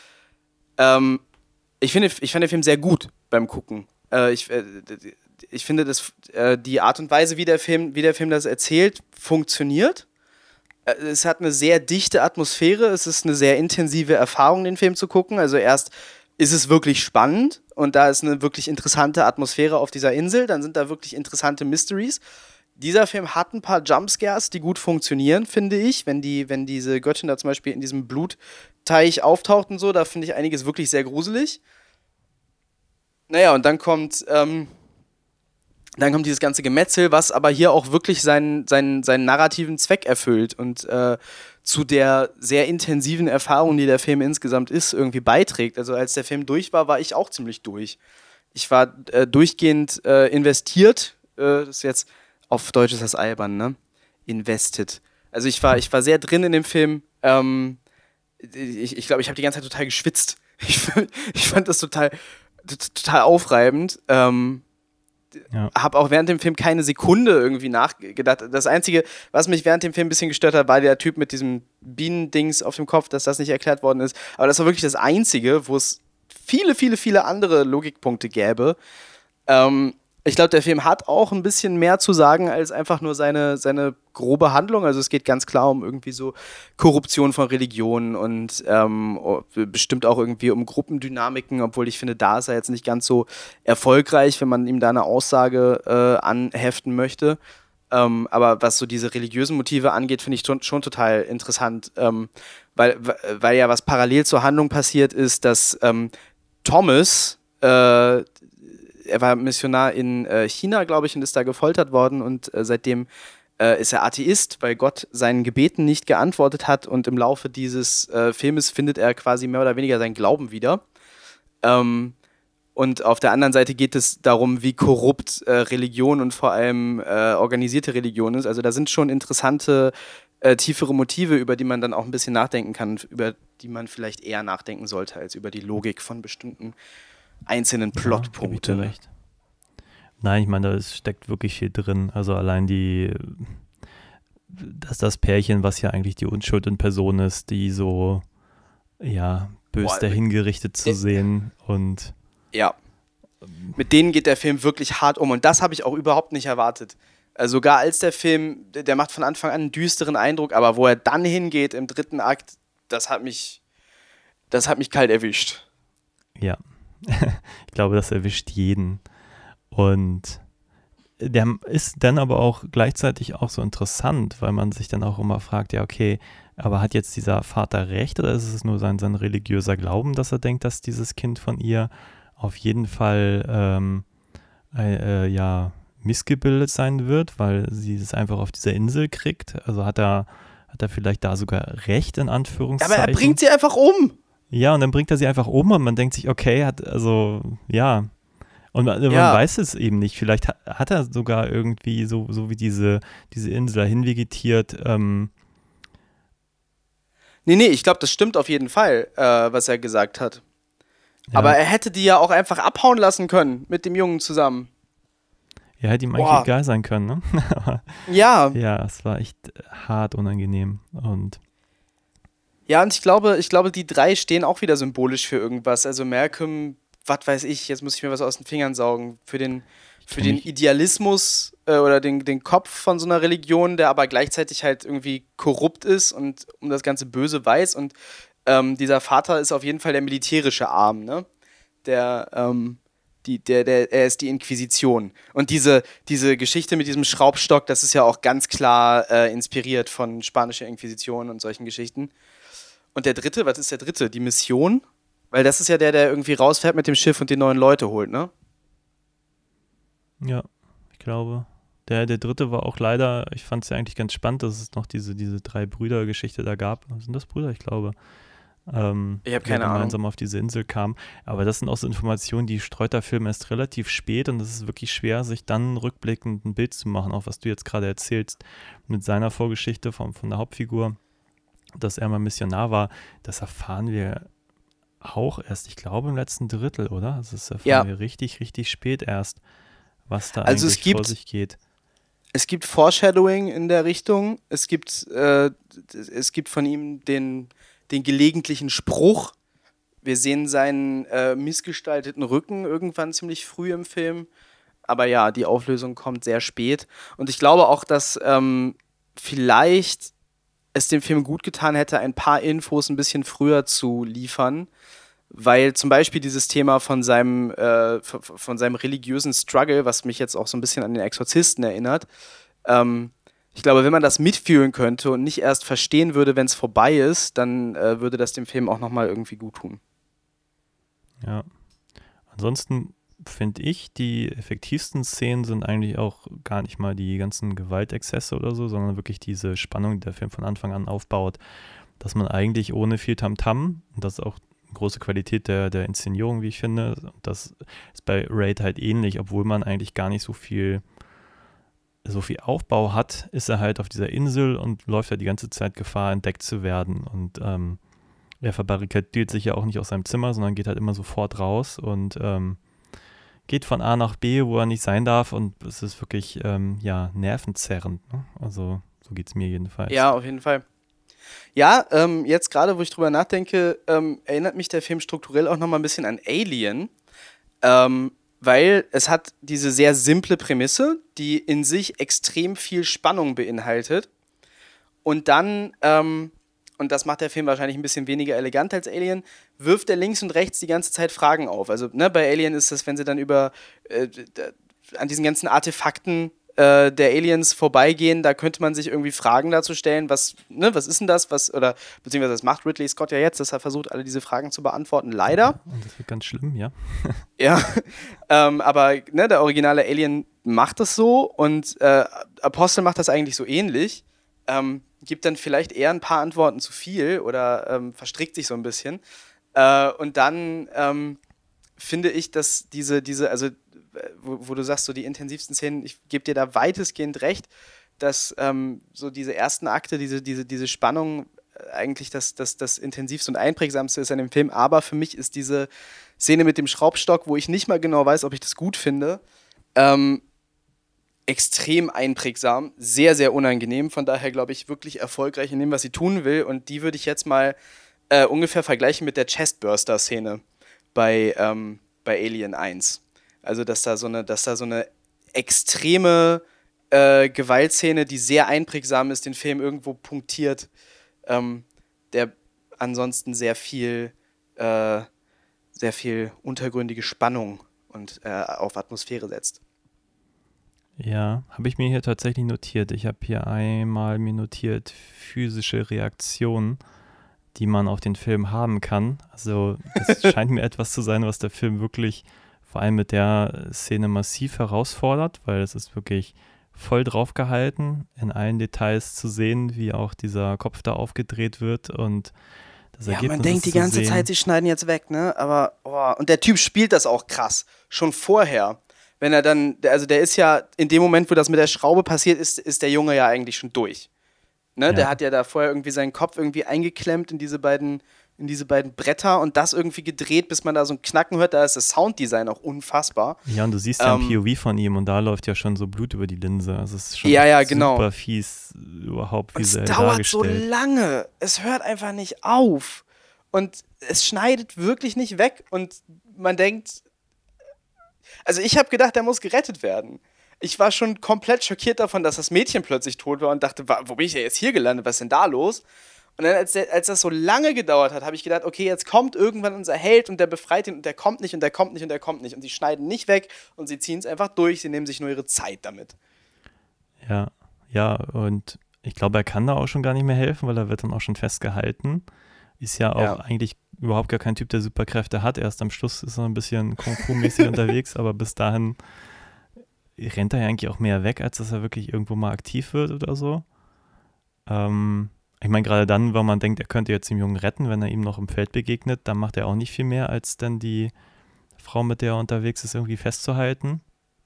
Ähm, ich finde, ich fand den Film sehr gut beim Gucken. Äh, ich, äh, ich finde, dass äh, die Art und Weise, wie der Film, wie der Film das erzählt, funktioniert. Äh, es hat eine sehr dichte Atmosphäre. Es ist eine sehr intensive Erfahrung, den Film zu gucken. Also erst ist es wirklich spannend und da ist eine wirklich interessante Atmosphäre auf dieser Insel. Dann sind da wirklich interessante Mysteries. Dieser Film hat ein paar Jumpscares, die gut funktionieren, finde ich. Wenn, die, wenn diese Göttin da zum Beispiel in diesem Blutteich auftaucht und so, da finde ich einiges wirklich sehr gruselig. Naja, und dann kommt, ähm, dann kommt dieses ganze Gemetzel, was aber hier auch wirklich seinen, seinen, seinen narrativen Zweck erfüllt und äh, zu der sehr intensiven Erfahrung, die der Film insgesamt ist, irgendwie beiträgt. Also als der Film durch war, war ich auch ziemlich durch. Ich war äh, durchgehend äh, investiert. Äh, das ist jetzt, auf Deutsch ist das albern, ne? Invested. Also ich war, ich war sehr drin in dem Film. Ähm, ich ich glaube, ich habe die ganze Zeit total geschwitzt. Ich, ich fand das total, total aufreibend. Ähm, Ja. habe auch während dem Film keine Sekunde irgendwie nachgedacht. Das Einzige, was mich während dem Film ein bisschen gestört hat, war der Typ mit diesem Bienendings auf dem Kopf, dass das nicht erklärt worden ist. Aber das war wirklich das Einzige, wo es viele, viele, viele andere Logikpunkte gäbe. Ähm, ich glaube, der Film hat auch ein bisschen mehr zu sagen als einfach nur seine, seine grobe Handlung. Also es geht ganz klar um irgendwie so Korruption von Religionen und ähm, bestimmt auch irgendwie um Gruppendynamiken, obwohl ich finde, da ist er jetzt nicht ganz so erfolgreich, wenn man ihm da eine Aussage äh, anheften möchte. Ähm, aber was so diese religiösen Motive angeht, finde ich schon, schon total interessant, ähm, weil, weil ja was parallel zur Handlung passiert ist, dass ähm, Thomas, äh, er war Missionar in äh, China, glaube ich, und ist da gefoltert worden und äh, seitdem äh, ist er Atheist, weil Gott seinen Gebeten nicht geantwortet hat und im Laufe dieses äh, Filmes findet er quasi mehr oder weniger seinen Glauben wieder. Ähm, Und auf der anderen Seite geht es darum, wie korrupt äh, Religion und vor allem äh, organisierte Religion ist. Also da sind schon interessante, äh, tiefere Motive, über die man dann auch ein bisschen nachdenken kann, über die man vielleicht eher nachdenken sollte, als über die Logik von bestimmten einzelnen Plotpunkten. Ja, recht. Nein, ich meine, da steckt wirklich viel drin. Also allein die, dass das Pärchen, was ja eigentlich die Unschuld in Person ist, die so, ja, bös Boah, dahingerichtet zu sehen und ja, mit denen geht der Film wirklich hart um und das habe ich auch überhaupt nicht erwartet. Also sogar als der Film, der macht von Anfang an einen düsteren Eindruck, aber wo er dann hingeht im dritten Akt, das hat mich, das hat mich kalt erwischt. Ja, ich glaube, das erwischt jeden. Und der ist dann aber auch gleichzeitig auch so interessant, weil man sich dann auch immer fragt, ja okay, aber hat jetzt dieser Vater recht oder ist es nur sein, sein religiöser Glauben, dass er denkt, dass dieses Kind von ihr auf jeden Fall ähm, äh, äh, ja, missgebildet sein wird, weil sie es einfach auf dieser Insel kriegt. Also hat er, hat er vielleicht da sogar recht, in Anführungszeichen. Aber er bringt sie einfach um. Ja, und dann bringt er sie einfach um und man denkt sich, okay, hat, also, ja. Und man, man ja. weiß es eben nicht. Vielleicht hat, hat er sogar irgendwie, so, so wie diese, diese Insel dahin vegetiert. Ähm nee, nee, ich glaube, das stimmt auf jeden Fall, äh, was er gesagt hat. Ja. Aber er hätte die ja auch einfach abhauen lassen können mit dem Jungen zusammen. Ja, hätte ihm eigentlich Boah. egal sein können, ne? ja. Ja, es war echt hart unangenehm. Und ja, und ich glaube, ich glaube, die drei stehen auch wieder symbolisch für irgendwas. Also Malcolm, was weiß ich, jetzt muss ich mir was aus den Fingern saugen, für den, für den Idealismus äh, oder den, den Kopf von so einer Religion, der aber gleichzeitig halt irgendwie korrupt ist und um das ganze Böse weiß. Und ähm, dieser Vater ist auf jeden Fall der militärische Arm, ne? Der, ähm, die, der, der, er ist die Inquisition. Und diese, diese Geschichte mit diesem Schraubstock, das ist ja auch ganz klar äh, inspiriert von spanischer Inquisition und solchen Geschichten. Und der dritte, was ist der dritte? Die Mission? Weil das ist ja der, der irgendwie rausfährt mit dem Schiff und die neuen Leute holt, ne? Ja, ich glaube. Der, der dritte war auch leider, ich fand es ja eigentlich ganz spannend, dass es noch diese, diese drei Brüder-Geschichte da gab. Sind das Brüder? Ich glaube. Ähm, ich habe keine Ahnung. Die gemeinsam Ahnung. auf diese Insel kamen. Aber das sind auch so Informationen, die streut der Film erst relativ spät und es ist wirklich schwer, sich dann rückblickend ein Bild zu machen, auch was du jetzt gerade erzählst mit seiner Vorgeschichte von, von der Hauptfigur, dass er mal Missionar war. Das erfahren wir auch erst, ich glaube, im letzten Drittel, oder? Also das erfahren ja. wir richtig, richtig spät erst, was da also eigentlich es gibt, vor sich geht. Es gibt Foreshadowing in der Richtung. Es gibt, äh, es gibt von ihm den, den gelegentlichen Spruch. Wir sehen seinen äh, missgestalteten Rücken irgendwann ziemlich früh im Film. Aber ja, die Auflösung kommt sehr spät. Und ich glaube auch, dass ähm, vielleicht es dem Film gut getan hätte, ein paar Infos ein bisschen früher zu liefern, weil zum Beispiel dieses Thema von seinem, äh, von, von seinem religiösen Struggle, was mich jetzt auch so ein bisschen an den Exorzisten erinnert, ähm, ich glaube, wenn man das mitfühlen könnte und nicht erst verstehen würde, wenn es vorbei ist, dann äh, würde das dem Film auch nochmal irgendwie gut tun. Ja. Ansonsten finde ich, die effektivsten Szenen sind eigentlich auch gar nicht mal die ganzen Gewaltexzesse oder so, sondern wirklich diese Spannung, die der Film von Anfang an aufbaut, dass man eigentlich ohne viel Tamtam, und das ist auch eine große Qualität der, der Inszenierung, wie ich finde, das ist bei Raid halt ähnlich, obwohl man eigentlich gar nicht so viel so viel Aufbau hat, ist er halt auf dieser Insel und läuft halt die ganze Zeit Gefahr, entdeckt zu werden. Und ähm, er verbarrikadiert sich ja auch nicht aus seinem Zimmer, sondern geht halt immer sofort raus und ähm, geht von A nach B, wo er nicht sein darf, und es ist wirklich, ähm, ja, nervenzerrend. Ne? Also, so geht es mir jedenfalls. Ja, auf jeden Fall. Ja, ähm, jetzt gerade, wo ich drüber nachdenke, ähm, erinnert mich der Film strukturell auch nochmal ein bisschen an Alien, ähm, weil es hat diese sehr simple Prämisse, die in sich extrem viel Spannung beinhaltet. Und dann, ähm, und das macht der Film wahrscheinlich ein bisschen weniger elegant als Alien, wirft er links und rechts die ganze Zeit Fragen auf. Also ne, bei Alien ist das, wenn sie dann über äh, an diesen ganzen Artefakten äh, der Aliens vorbeigehen, da könnte man sich irgendwie Fragen dazu stellen, was, ne, was ist denn das, was, oder beziehungsweise das macht Ridley Scott ja jetzt, dass er versucht, alle diese Fragen zu beantworten, leider. Und das wird ganz schlimm, ja. Ja, ähm, aber ne, der originale Alien macht das so und äh, Apostel macht das eigentlich so ähnlich, ähm, gibt dann vielleicht eher ein paar Antworten zu viel oder ähm, verstrickt sich so ein bisschen äh, und dann ähm, finde ich, dass diese, diese, also Wo, wo du sagst, so die intensivsten Szenen, ich gebe dir da weitestgehend recht, dass ähm, so diese ersten Akte, diese, diese, diese Spannung äh, eigentlich das, das, das intensivste und einprägsamste ist an dem Film, aber für mich ist diese Szene mit dem Schraubstock, wo ich nicht mal genau weiß, ob ich das gut finde, ähm, extrem einprägsam, sehr, sehr unangenehm, von daher glaube ich wirklich erfolgreich in dem, was sie tun will und die würde ich jetzt mal äh, ungefähr vergleichen mit der Chestburster-Szene bei, ähm, bei Alien eins. Also, dass da so eine, dass da so eine extreme äh, Gewaltszene, die sehr einprägsam ist, den Film irgendwo punktiert, ähm, der ansonsten sehr viel, äh, sehr viel untergründige Spannung und äh, auf Atmosphäre setzt. Ja, habe ich mir hier tatsächlich notiert. Ich habe hier einmal mir notiert physische Reaktionen, die man auf den Film haben kann. Also, das scheint mir etwas zu sein, was der Film wirklich vor allem mit der Szene massiv herausfordert, weil es ist wirklich voll drauf gehalten, in allen Details zu sehen, wie auch dieser Kopf da aufgedreht wird und das ja, Ergebnis man denkt die ganze sehen. Zeit, sie schneiden jetzt weg, ne? Aber, oh, und der Typ spielt das auch krass, schon vorher. Wenn er dann, also der ist ja, in dem Moment, wo das mit der Schraube passiert ist, ist der Junge ja eigentlich schon durch. Ne? Ja. Der hat ja da vorher irgendwie seinen Kopf irgendwie eingeklemmt in diese beiden in diese beiden Bretter und das irgendwie gedreht, bis man da so ein Knacken hört. Da ist das Sounddesign auch unfassbar. Ja, und du siehst ja ähm, ein P O V von ihm und da läuft ja schon so Blut über die Linse. Also es ist schon ja, ja, super genau. fies überhaupt visuell dargestellt. Es dauert dargestellt. so lange. Es hört einfach nicht auf. Und es schneidet wirklich nicht weg. Und man denkt, also ich habe gedacht, der muss gerettet werden. Ich war schon komplett schockiert davon, dass das Mädchen plötzlich tot war und dachte, wo bin ich denn jetzt hier gelandet? Was ist denn da los? Und dann, als, der, als das so lange gedauert hat, habe ich gedacht, okay, jetzt kommt irgendwann unser Held und der befreit ihn und der kommt nicht und der kommt nicht und der kommt nicht. Und sie schneiden nicht weg und sie ziehen es einfach durch, sie nehmen sich nur ihre Zeit damit. Ja, ja, und ich glaube, er kann da auch schon gar nicht mehr helfen, weil er wird dann auch schon festgehalten. Ist ja auch ja. eigentlich überhaupt gar kein Typ, der Superkräfte hat. Erst am Schluss ist er ein bisschen Kung-Fu-mäßig unterwegs, aber bis dahin rennt er ja eigentlich auch mehr weg, als dass er wirklich irgendwo mal aktiv wird oder so. Ähm, Ich meine, gerade dann, wenn man denkt, er könnte jetzt den Jungen retten, wenn er ihm noch im Feld begegnet, dann macht er auch nicht viel mehr, als dann die Frau, mit der er unterwegs ist, irgendwie festzuhalten.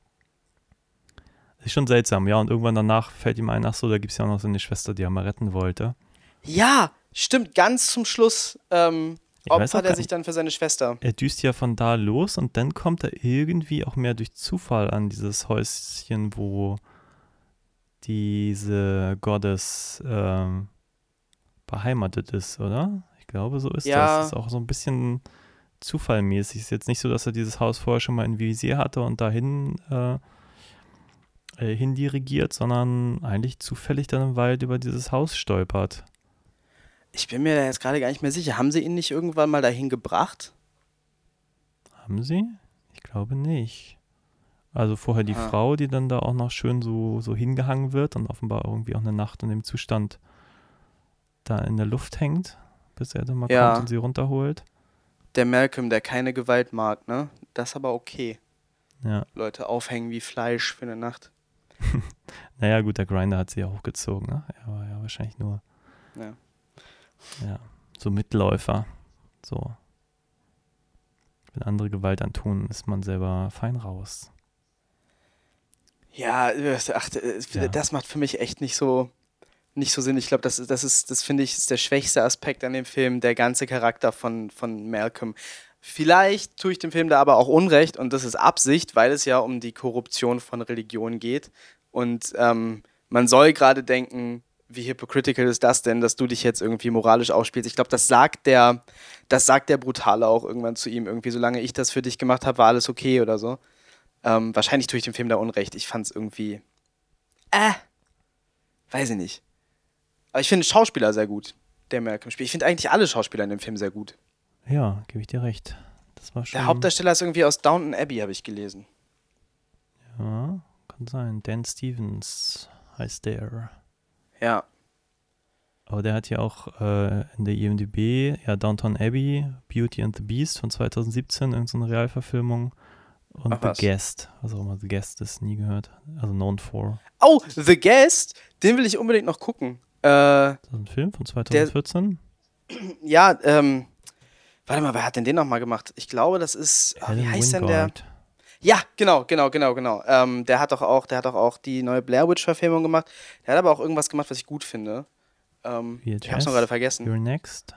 Das ist schon seltsam, ja. Und irgendwann danach fällt ihm ein, ach so, da gibt es ja auch noch so eine Schwester, die er mal retten wollte. Ja, stimmt. Ganz zum Schluss ähm, opfert er sich dann für seine Schwester. Er düst ja von da los und dann kommt er irgendwie auch mehr durch Zufall an dieses Häuschen, wo diese Goddess ähm, beheimatet ist, oder? Ich glaube, so ist ja. das. Das ist auch so ein bisschen zufallmäßig. Es ist jetzt nicht so, dass er dieses Haus vorher schon mal im Visier hatte und dahin äh, äh, hindirigiert, sondern eigentlich zufällig dann im Wald über dieses Haus stolpert. Ich bin mir da jetzt gerade gar nicht mehr sicher. Haben sie ihn nicht irgendwann mal dahin gebracht? Haben sie? Ich glaube nicht. Also vorher die ah. Frau, die dann da auch noch schön so, so hingehangen wird und offenbar irgendwie auch eine Nacht in dem Zustand da in der Luft hängt, bis er dann mal ja. kommt und sie runterholt. Der Malcolm, der keine Gewalt mag, ne? Das ist aber okay. Ja. Leute aufhängen wie Fleisch für eine Nacht. Naja, gut, der Grinder hat sie ja hochgezogen, ne? Er war ja wahrscheinlich nur ja. ja, so Mitläufer. So. Wenn andere Gewalt antun, ist man selber fein raus. Ja, ach, ja. das macht für mich echt nicht so nicht so Sinn. Ich glaube, das, das ist, das finde ich, ist der schwächste Aspekt an dem Film, der ganze Charakter von, von Malcolm. Vielleicht tue ich dem Film da aber auch Unrecht und das ist Absicht, weil es ja um die Korruption von Religion geht und ähm, man soll gerade denken, wie hypocritical ist das denn, dass du dich jetzt irgendwie moralisch aufspielst? Ich glaube, das sagt der, das sagt der Brutale auch irgendwann zu ihm. Irgendwie, solange ich das für dich gemacht habe, war alles okay oder so. Ähm, wahrscheinlich tue ich dem Film da Unrecht. Ich fand es irgendwie, äh, weiß ich nicht. Aber ich finde den Schauspieler sehr gut, der Malcolm spielt. Ich finde eigentlich alle Schauspieler in dem Film sehr gut. Ja, gebe ich dir recht. Das war schon... Der Hauptdarsteller ist irgendwie aus Downton Abbey, habe ich gelesen. Ja, kann sein. Dan Stevens heißt der. Ja. Aber der hat ja auch äh, in der I M D B, ja, Downton Abbey, Beauty and the Beast von zwanzig siebzehn, irgendeine Realverfilmung. Und Ach, The was? Guest. Was auch immer, The Guest ist nie gehört. Also known for. Oh, The Guest, den will ich unbedingt noch gucken. Äh, Das ist ein Film von zwanzig vierzehn. ja, ähm, warte mal, wer hat denn den nochmal gemacht? Ich glaube, das ist, oh, wie Alan heißt denn Wingard. der? Ja, genau, genau, genau, genau. Ähm, der hat doch auch, der hat doch auch die neue Blair Witch-Verfilmung gemacht. Der hat aber auch irgendwas gemacht, was ich gut finde. Ähm, V H S, ich hab's noch gerade vergessen. You're Next.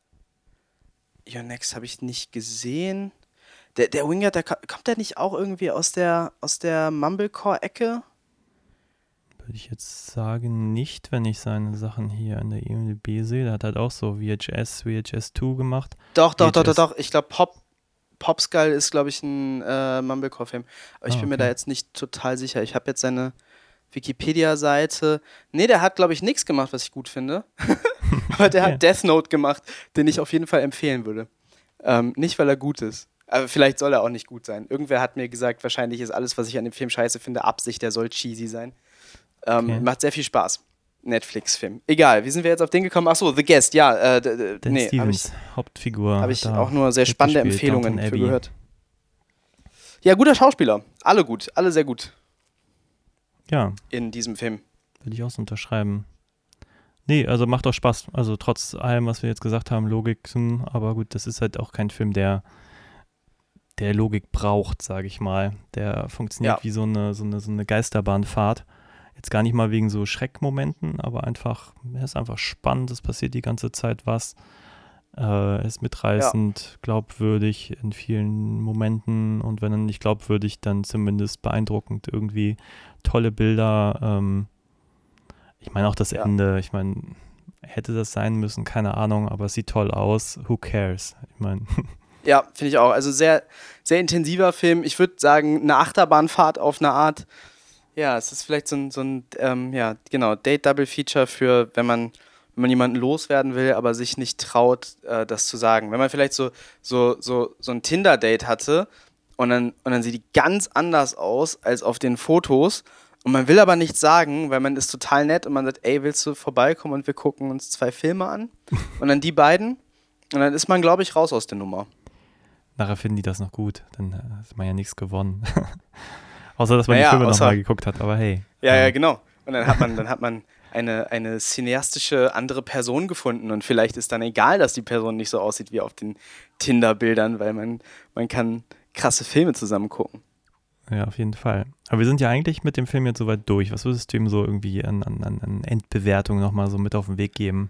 Your Next habe ich nicht gesehen. Der, der Wingard, der ko- kommt der nicht auch irgendwie aus der, aus der Mumblecore-Ecke? Würde ich jetzt sagen, nicht, wenn ich seine Sachen hier in der I M D B sehe. Der hat halt auch so V H S, V H S zwei gemacht. Doch, doch, doch, doch, V H S. doch. Ich glaube, Pop, Popskull ist, glaube ich, ein äh, Mumblecore-Film. Aber ich Ah, bin mir okay. da jetzt nicht total sicher. Ich habe jetzt seine Wikipedia-Seite. Nee, der hat, glaube ich, nichts gemacht, was ich gut finde. Aber der Okay. hat Death Note gemacht, den ich auf jeden Fall empfehlen würde. Ähm, nicht, weil er gut ist. Aber vielleicht soll er auch nicht gut sein. Irgendwer hat mir gesagt, wahrscheinlich ist alles, was ich an dem Film scheiße finde, Absicht, der soll cheesy sein. Ähm, Okay. Macht sehr viel Spaß. Netflix-Film. Egal, wie sind wir jetzt auf den gekommen? Achso, The Guest, ja. Äh, d- d- Dan nee, habe ich, Stevens, Hauptfigur. hab ich da auch nur sehr spannende mitgespielt, Empfehlungen Downton für Abbey. gehört. Ja, guter Schauspieler. Alle gut, alle sehr gut Ja, in diesem Film. würde ich auch so unterschreiben. Nee, also macht auch Spaß. Also trotz allem, was wir jetzt gesagt haben, Logik, hm, aber gut, das ist halt auch kein Film, der der Logik braucht, sage ich mal. Der funktioniert Ja. wie so eine, so eine, so eine Geisterbahnfahrt. Jetzt gar nicht mal wegen so Schreckmomenten, aber einfach, er ist einfach spannend, es passiert die ganze Zeit was. Äh, er ist mitreißend, glaubwürdig in vielen Momenten und wenn er nicht glaubwürdig, dann zumindest beeindruckend irgendwie. Tolle Bilder, ähm, ich meine auch das Ja. Ende, ich meine, hätte das sein müssen, keine Ahnung, aber es sieht toll aus, who cares? Ich meine, Ja, finde ich auch. Also sehr, sehr intensiver Film. Ich würde sagen, eine Achterbahnfahrt auf eine Art. Ja, es ist vielleicht so ein, so ein ähm, ja, genau, Date-Double-Feature für, wenn man, wenn man jemanden loswerden will, aber sich nicht traut, äh, das zu sagen. Wenn man vielleicht so, so, so, so ein Tinder-Date hatte und dann, und dann sieht die ganz anders aus als auf den Fotos und man will aber nichts sagen, weil man ist total nett und man sagt, ey, willst du vorbeikommen und wir gucken uns zwei Filme an? Und dann die beiden und dann ist man, glaube ich, raus aus der Nummer. nachher finden die das noch gut, dann äh, hat man ja nichts gewonnen. Außer, dass man Naja, die Filme außer- nochmal geguckt hat, aber hey. Ja, ja, ähm, genau. Und dann hat man, dann hat man eine, eine cineastische andere Person gefunden und vielleicht ist dann egal, dass die Person nicht so aussieht wie auf den Tinder-Bildern, weil man, man kann krasse Filme zusammen gucken. Ja, auf jeden Fall. Aber wir sind ja eigentlich mit dem Film jetzt soweit durch. Was würdest du ihm so irgendwie an, an, an Endbewertung nochmal so mit auf den Weg geben?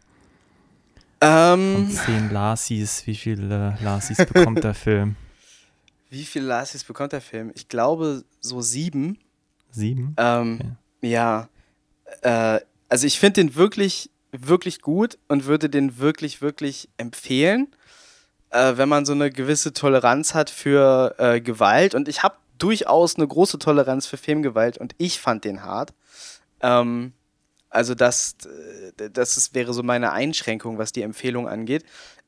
Von Ähm, zehn Larsis, wie viele Larsis bekommt der Film? wie viele Lassis bekommt der Film? Ich glaube so sieben. Sieben? Ähm, Okay. Ja, äh, also ich finde den wirklich, wirklich gut und würde den wirklich, wirklich empfehlen, äh, wenn man so eine gewisse Toleranz hat für äh, Gewalt. Und ich habe durchaus eine große Toleranz für Filmgewalt und ich fand den hart. Ähm, also das, äh, das ist, wäre so meine Einschränkung, was die Empfehlung angeht.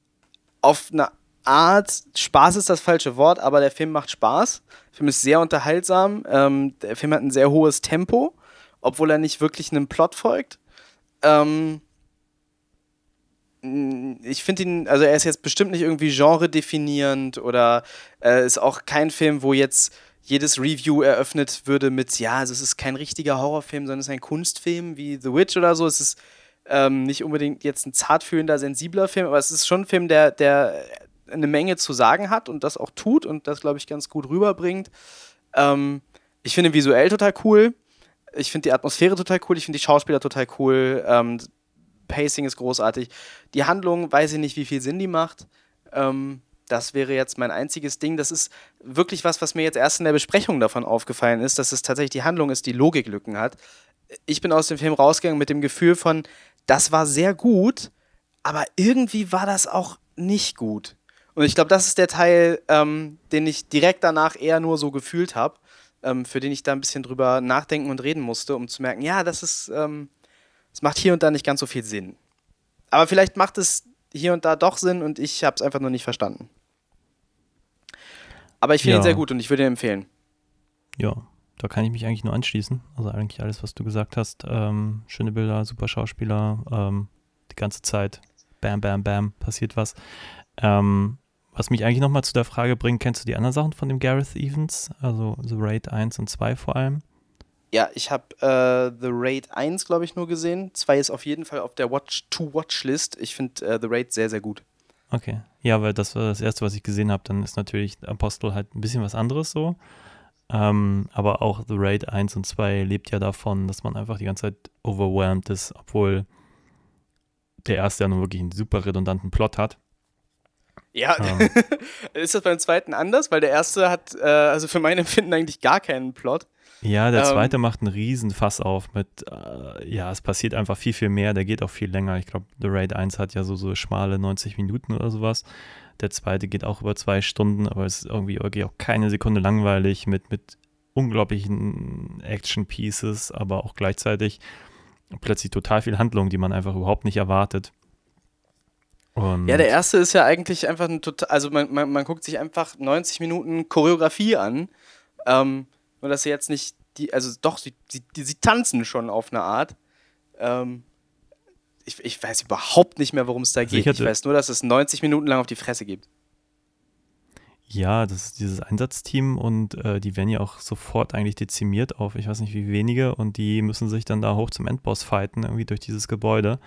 Auf eine Art, Spaß ist das falsche Wort, aber der Film macht Spaß. Der Film ist sehr unterhaltsam. Ähm, der Film hat ein sehr hohes Tempo, obwohl er nicht wirklich einem Plot folgt. Ähm, ich finde ihn, also er ist jetzt bestimmt nicht irgendwie genre-definierend oder äh, ist auch kein Film, wo jetzt jedes Review eröffnet würde mit, ja, also es ist kein richtiger Horrorfilm, sondern es ist ein Kunstfilm wie The Witch oder so. Es ist ähm, nicht unbedingt jetzt ein zartfühlender, sensibler Film, aber es ist schon ein Film, der, der eine Menge zu sagen hat und das auch tut und das, glaube ich, ganz gut rüberbringt. Ähm, ich finde ihn visuell total cool. Ich finde die Atmosphäre total cool. Ich finde die Schauspieler total cool. Ähm, Pacing ist großartig. Die Handlung, weiß ich nicht, wie viel Sinn die macht. Ähm, das wäre jetzt mein einziges Ding. Das ist wirklich was, was mir jetzt erst in der Besprechung davon aufgefallen ist, dass es tatsächlich die Handlung ist, die Logiklücken hat. ich bin aus dem Film rausgegangen mit dem Gefühl von, das war sehr gut, aber irgendwie war das auch nicht gut. Und ich glaube, das ist der Teil, ähm, den ich direkt danach eher nur so gefühlt habe, ähm, für den ich da ein bisschen drüber nachdenken und reden musste, um zu merken, ja, das ist, ähm, das macht hier und da nicht ganz so viel Sinn. Aber vielleicht macht es hier und da doch Sinn und ich habe es einfach nur nicht verstanden. Aber ich finde Ja. ihn sehr gut und ich würde ihn empfehlen. Ja, da kann ich mich eigentlich nur anschließen. Also eigentlich alles, was du gesagt hast. Ähm, schöne Bilder, super Schauspieler, ähm, die ganze Zeit bam, bam, bam, passiert was. Ähm, was mich eigentlich nochmal zu der Frage bringt, kennst du die anderen Sachen von dem Gareth Evans? Also The Raid eins und zwei vor allem? Ja, ich habe äh, The Raid eins, glaube ich, nur gesehen. zwei ist auf jeden Fall auf der Watch-to-Watch-List. Ich finde äh, The Raid sehr, sehr gut. Okay. Ja, weil das war das Erste, was ich gesehen habe. Dann ist natürlich Apostel halt ein bisschen was anderes so. Ähm, aber auch The Raid eins und zwei lebt ja davon, dass man einfach die ganze Zeit overwhelmed ist, obwohl der erste ja nun wirklich einen super redundanten Plot hat. Ja, Ähm. ist das beim zweiten anders? Weil der erste hat, äh, also für mein Empfinden eigentlich gar keinen Plot. Ja, der Ähm. zweite macht einen riesen Fass auf mit, äh, ja, es passiert einfach viel, viel mehr, der geht auch viel länger. Ich glaube, The Raid eins hat ja so, so schmale neunzig Minuten oder sowas. Der zweite geht auch über zwei Stunden, aber es ist irgendwie, irgendwie auch keine Sekunde langweilig mit, mit unglaublichen Action-Pieces, aber auch gleichzeitig plötzlich total viel Handlung, die man einfach überhaupt nicht erwartet. Und Ja, der erste ist ja eigentlich einfach ein total, also man, man, man guckt sich einfach neunzig Minuten Choreografie an. Ähm, nur dass sie jetzt nicht, die, also doch, sie, sie, die, sie tanzen schon auf eine Art. Ähm, ich, ich weiß überhaupt nicht mehr, worum es da Also geht. ich hatte- Ich weiß nur, dass es neunzig Minuten lang auf die Fresse gibt. Ja, das ist dieses Einsatzteam und äh, die werden ja auch sofort eigentlich dezimiert auf, ich weiß nicht wie wenige, und die müssen sich dann da hoch zum Endboss fighten, irgendwie durch dieses Gebäude.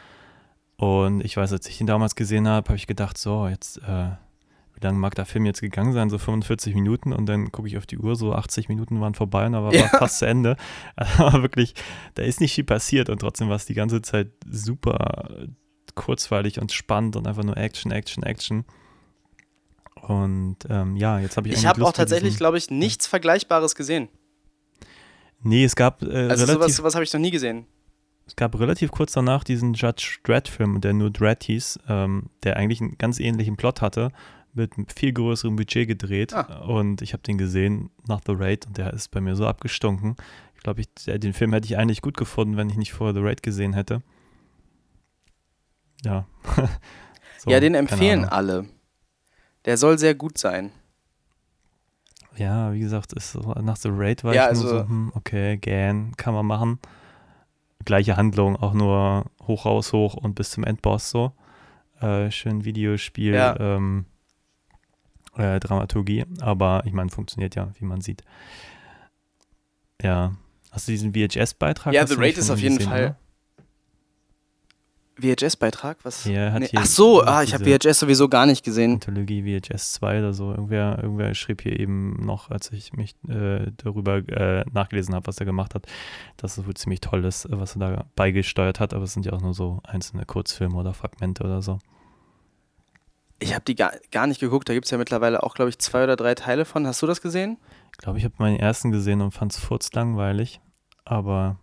Und ich weiß, als ich ihn damals gesehen habe, habe ich gedacht, so, jetzt, äh, wie lange mag der Film jetzt gegangen sein? So fünfundvierzig Minuten, und dann gucke ich auf die Uhr, so achtzig Minuten waren vorbei und da war Ja. war fast zu Ende. Aber wirklich, da ist nicht viel passiert und trotzdem war es die ganze Zeit super kurzweilig und spannend und einfach nur Action, Action, Action. Und ähm, ja, jetzt habe ich Ich eigentlich habe Lust auch tatsächlich, mit diesem- glaube ich, nichts Vergleichbares gesehen. Nee, es gab, äh, Also sowas, relativ, sowas habe ich noch nie gesehen. es gab relativ kurz danach diesen Judge Dredd-Film, der nur Dredd hieß, ähm, der eigentlich einen ganz ähnlichen Plot hatte, mit einem viel größerem Budget gedreht. Ah. Und ich habe den gesehen nach The Raid und der ist bei mir so abgestunken. Ich glaube, ich, der- den Film hätte ich eigentlich gut gefunden, wenn ich nicht vorher The Raid gesehen hätte. Ja. So, ja, den keine empfehlen Ahnung. alle. Der soll sehr gut sein. Ja, wie gesagt, ist so, nach The Raid war Ja, ich nur also- so, hm, okay, Gan, kann man machen. Gleiche Handlung, auch nur hoch, raus, hoch und bis zum Endboss so. Äh, schön Videospiel, Ja. ähm, äh, Dramaturgie, aber ich meine, funktioniert ja, wie man sieht. Ja. Hast du diesen V H S-Beitrag? Ja, Hast The du Raid nicht ist von auf ihm jeden gesehen, Fall- oder? V H S-Beitrag? Was? Ja, er hat Nee. hier Ach so, auch ah, ich habe diese- V H S sowieso gar nicht gesehen. Anthologie V H S zwei oder so. Irgendwer, irgendwer schrieb hier eben noch, als ich mich äh, darüber äh, nachgelesen habe, was er gemacht hat, dass es wohl ziemlich toll ist, äh, was er da beigesteuert hat, aber es sind ja auch nur so einzelne Kurzfilme oder Fragmente oder so. Ich habe die gar, gar nicht geguckt. Da gibt es ja mittlerweile auch, glaube ich, zwei oder drei Teile von. Hast du das gesehen? Ich glaube, ich habe meinen ersten gesehen und fand es furzlangweilig, aber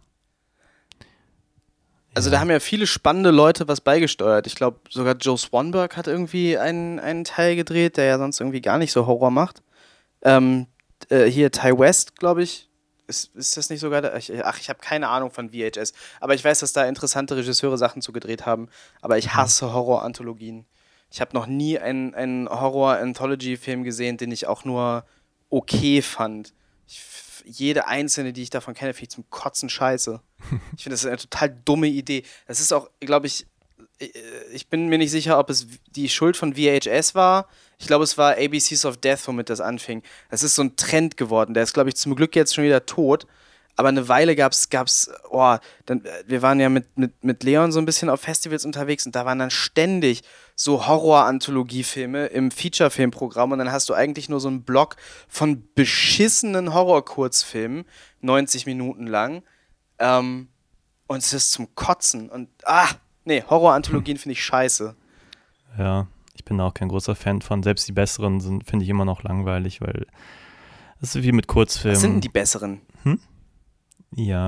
Also ja. da haben ja viele spannende Leute was beigesteuert. Ich glaube, sogar Joe Swanberg hat irgendwie einen, einen Teil gedreht, der ja sonst irgendwie gar nicht so Horror macht. Ähm, äh, hier Ty West, glaube ich. Ist, ist das nicht sogar der? Ich, ach, ich habe keine Ahnung von V H S. Aber ich weiß, dass da interessante Regisseure Sachen zu gedreht haben. Aber ich hasse Horror-Anthologien. Ich habe noch nie einen, einen Horror-Anthology-Film gesehen, den ich auch nur okay fand. Ich, jede einzelne, die ich davon kenne, finde ich zum Kotzen scheiße. Ich finde, das ist eine total dumme Idee. Das ist auch, glaube ich, ich bin mir nicht sicher, ob es die Schuld von V H S war. Ich glaube, es war A B Cs of Death, womit das anfing. Das ist so ein Trend geworden. Der ist, glaube ich, zum Glück jetzt schon wieder tot. Aber eine Weile gab es, gab's, oh, dann, wir waren ja mit, mit, mit Leon so ein bisschen auf Festivals unterwegs und da waren dann ständig so Horror-Anthologie-Filme im Feature-Film-Programm und dann hast du eigentlich nur so einen Block von beschissenen Horror-Kurzfilmen, neunzig Minuten lang. Ähm, und es ist zum Kotzen. Und, ah, nee, Horror-Anthologien finde ich scheiße. Ja, ich bin auch kein großer Fan von. Selbst die besseren sind, finde ich immer noch langweilig, weil das ist wie mit Kurzfilmen. Was sind denn die besseren? Ja,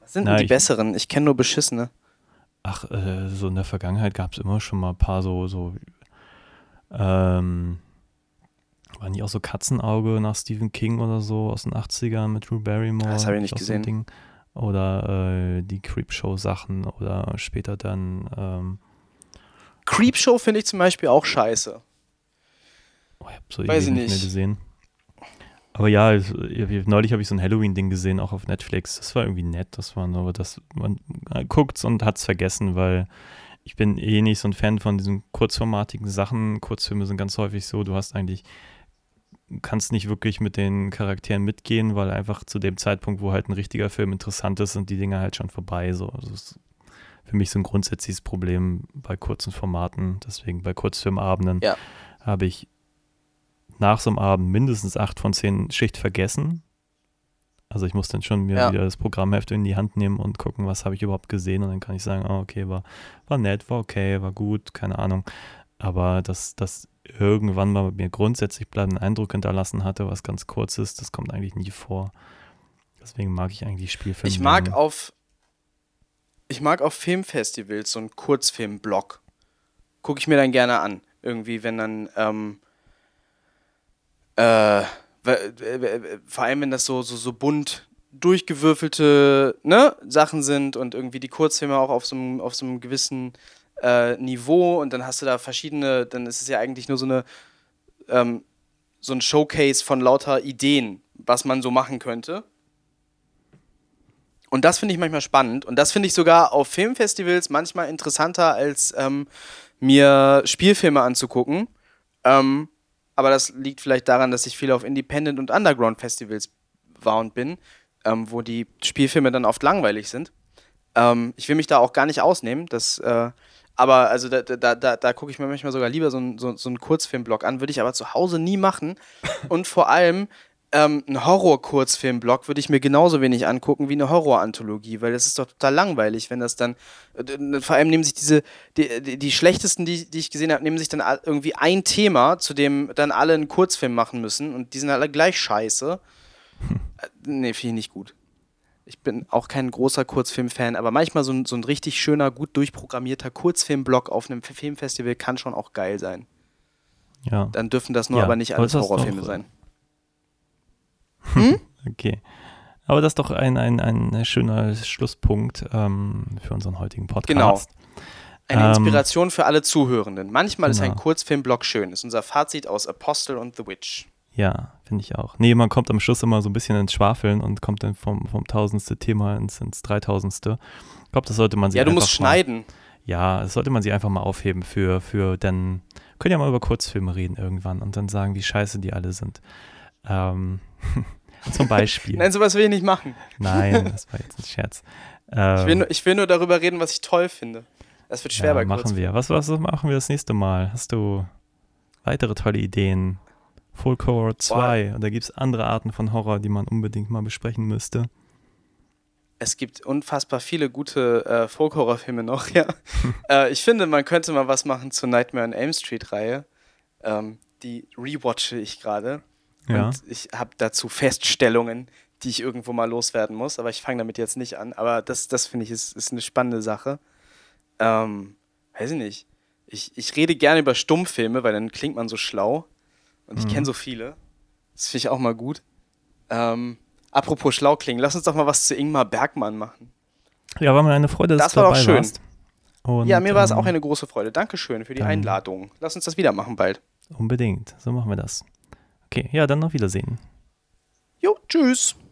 Was sind Na, denn die ich- besseren? Ich kenne nur beschissene. Ach, äh, so in der Vergangenheit gab es immer schon mal ein paar so, so ähm, war nicht auch so Katzenauge nach Stephen King oder so aus den achtzigern mit Drew Barrymore? Das habe ich nicht auch so ein gesehen. Ding. Oder äh, die Creepshow-Sachen oder später dann ähm, Creepshow finde ich zum Beispiel auch scheiße. oh, ich habe so Weiß ewig ich nicht mehr nicht. gesehen. Aber ja, es- ich- neulich habe ich so ein Halloween-Ding gesehen, auch auf Netflix. Das war irgendwie nett. Das war nur, das, man guckt's und hat's vergessen, weil ich bin eh nicht so ein Fan von diesen kurzformatigen Sachen. Kurzfilme sind ganz häufig so, du hast eigentlich, kannst nicht wirklich mit den Charakteren mitgehen, weil einfach zu dem Zeitpunkt, wo halt ein richtiger Film interessant ist, sind die Dinge halt schon vorbei. So. Also das ist für mich so ein grundsätzliches Problem bei kurzen Formaten. Deswegen bei Kurzfilmabenden Ja. habe ich nach so einem Abend mindestens acht von zehn Schicht vergessen. Also ich muss dann schon mir Ja. wieder das Programmheft in die Hand nehmen und gucken, was habe ich überhaupt gesehen, und dann kann ich sagen, oh, okay, war, war nett, war okay, war gut, keine Ahnung. Aber dass das irgendwann mal mir grundsätzlich bleibenden Eindruck hinterlassen hatte, was ganz kurz ist, das kommt eigentlich nie vor. Deswegen mag ich eigentlich Spielfilme. Ich mag gerne. auf ich mag auf Filmfestivals so einen Kurzfilm-Blog. Gucke ich mir dann gerne an. Irgendwie, wenn dann ähm, äh, w- w- w- vor allem, wenn das so, so, so bunt durchgewürfelte, ne, Sachen sind und irgendwie die Kurzfilme auch auf so einem, auf so einem gewissen äh, Niveau, und dann hast du da verschiedene, dann ist es ja eigentlich nur so eine ähm, so ein Showcase von lauter Ideen, was man so machen könnte. Und das finde ich manchmal spannend. Und das finde ich sogar auf Filmfestivals manchmal interessanter, als ähm, mir Spielfilme anzugucken. Ähm, aber das liegt vielleicht daran, dass ich viel auf Independent- und Underground-Festivals war und bin, ähm, wo die Spielfilme dann oft langweilig sind. Ähm, ich will mich da auch gar nicht ausnehmen. Das, äh, aber also da, da, da, da gucke ich mir manchmal sogar lieber so einen so, so einen Kurzfilmblog an. Würde ich aber zu Hause nie machen. Und vor allem ähm, einen Horror-Kurzfilm-Blog würde ich mir genauso wenig angucken wie eine Horror-Anthologie, weil das ist doch total langweilig, wenn das dann, äh, vor allem nehmen sich diese, die, die, die schlechtesten, die, die ich gesehen habe, nehmen sich dann all- irgendwie ein Thema, zu dem dann alle einen Kurzfilm machen müssen, und die sind alle gleich scheiße. Äh, nee, finde ich nicht gut. Ich bin auch kein großer Kurzfilm-Fan, aber manchmal so ein, so ein richtig schöner, gut durchprogrammierter Kurzfilm-Blog auf einem Filmfestival kann schon auch geil sein. Ja, Dann dürfen das nur Ja, aber nicht aber alles das ist Horrorfilme doch- sein. okay. Aber das ist doch ein, ein, ein schöner Schlusspunkt ähm, für unseren heutigen Podcast. Genau. Eine Ähm, Inspiration für alle Zuhörenden. Manchmal ist ein genau. Kurzfilmblog schön. Ist unser Fazit aus Apostle und The Witch. Ja, finde ich auch. Nee, man kommt am Schluss immer so ein bisschen ins Schwafeln und kommt dann vom, vom tausendste Thema ins, ins dreitausendste. Ich glaube, das sollte man sich Ja, du einfach musst mal, schneiden. Ja, das sollte man sich einfach mal aufheben für, für dann, können ja mal über Kurzfilme reden irgendwann und dann sagen, wie scheiße die alle sind. Ähm, zum Beispiel. Nein, sowas will ich nicht machen. Nein, das war jetzt ein Scherz. Ähm, Ich will, nur, ich will nur darüber reden, was ich toll finde. Das wird schwer ja, bei machen Kurzfilmen. wir. Was, was machen wir das nächste Mal? Hast du weitere tolle Ideen? Folk Horror zwei. Und da gibt es andere Arten von Horror, die man unbedingt mal besprechen müsste. Es gibt unfassbar viele gute äh, Folk-Horror-Filme noch, ja. äh, ich finde, man könnte mal was machen zur Nightmare on Elm Street-Reihe. Ähm, die rewatche ich gerade. Ja. Und ich habe dazu Feststellungen, die ich irgendwo mal loswerden muss. Aber ich fange damit jetzt nicht an. Aber das, das finde ich, ist, ist eine spannende Sache. Ähm, weiß ich nicht. Ich, ich rede gerne über Stummfilme, weil dann klingt man so schlau. Und ich Mhm. kenne so viele. Das finde ich auch mal gut. Ähm, apropos schlau klingen, lass uns doch mal was zu Ingmar Bergmann machen. Ja, war mir eine Freude, dass Das du war doch dabei schön. warst. Und, Ja, mir war es ähm, auch eine große Freude. Dankeschön für die dann- Einladung. Lass uns das wieder machen bald. Unbedingt. So machen wir das. Okay, ja, dann auf Wiedersehen. Jo, tschüss.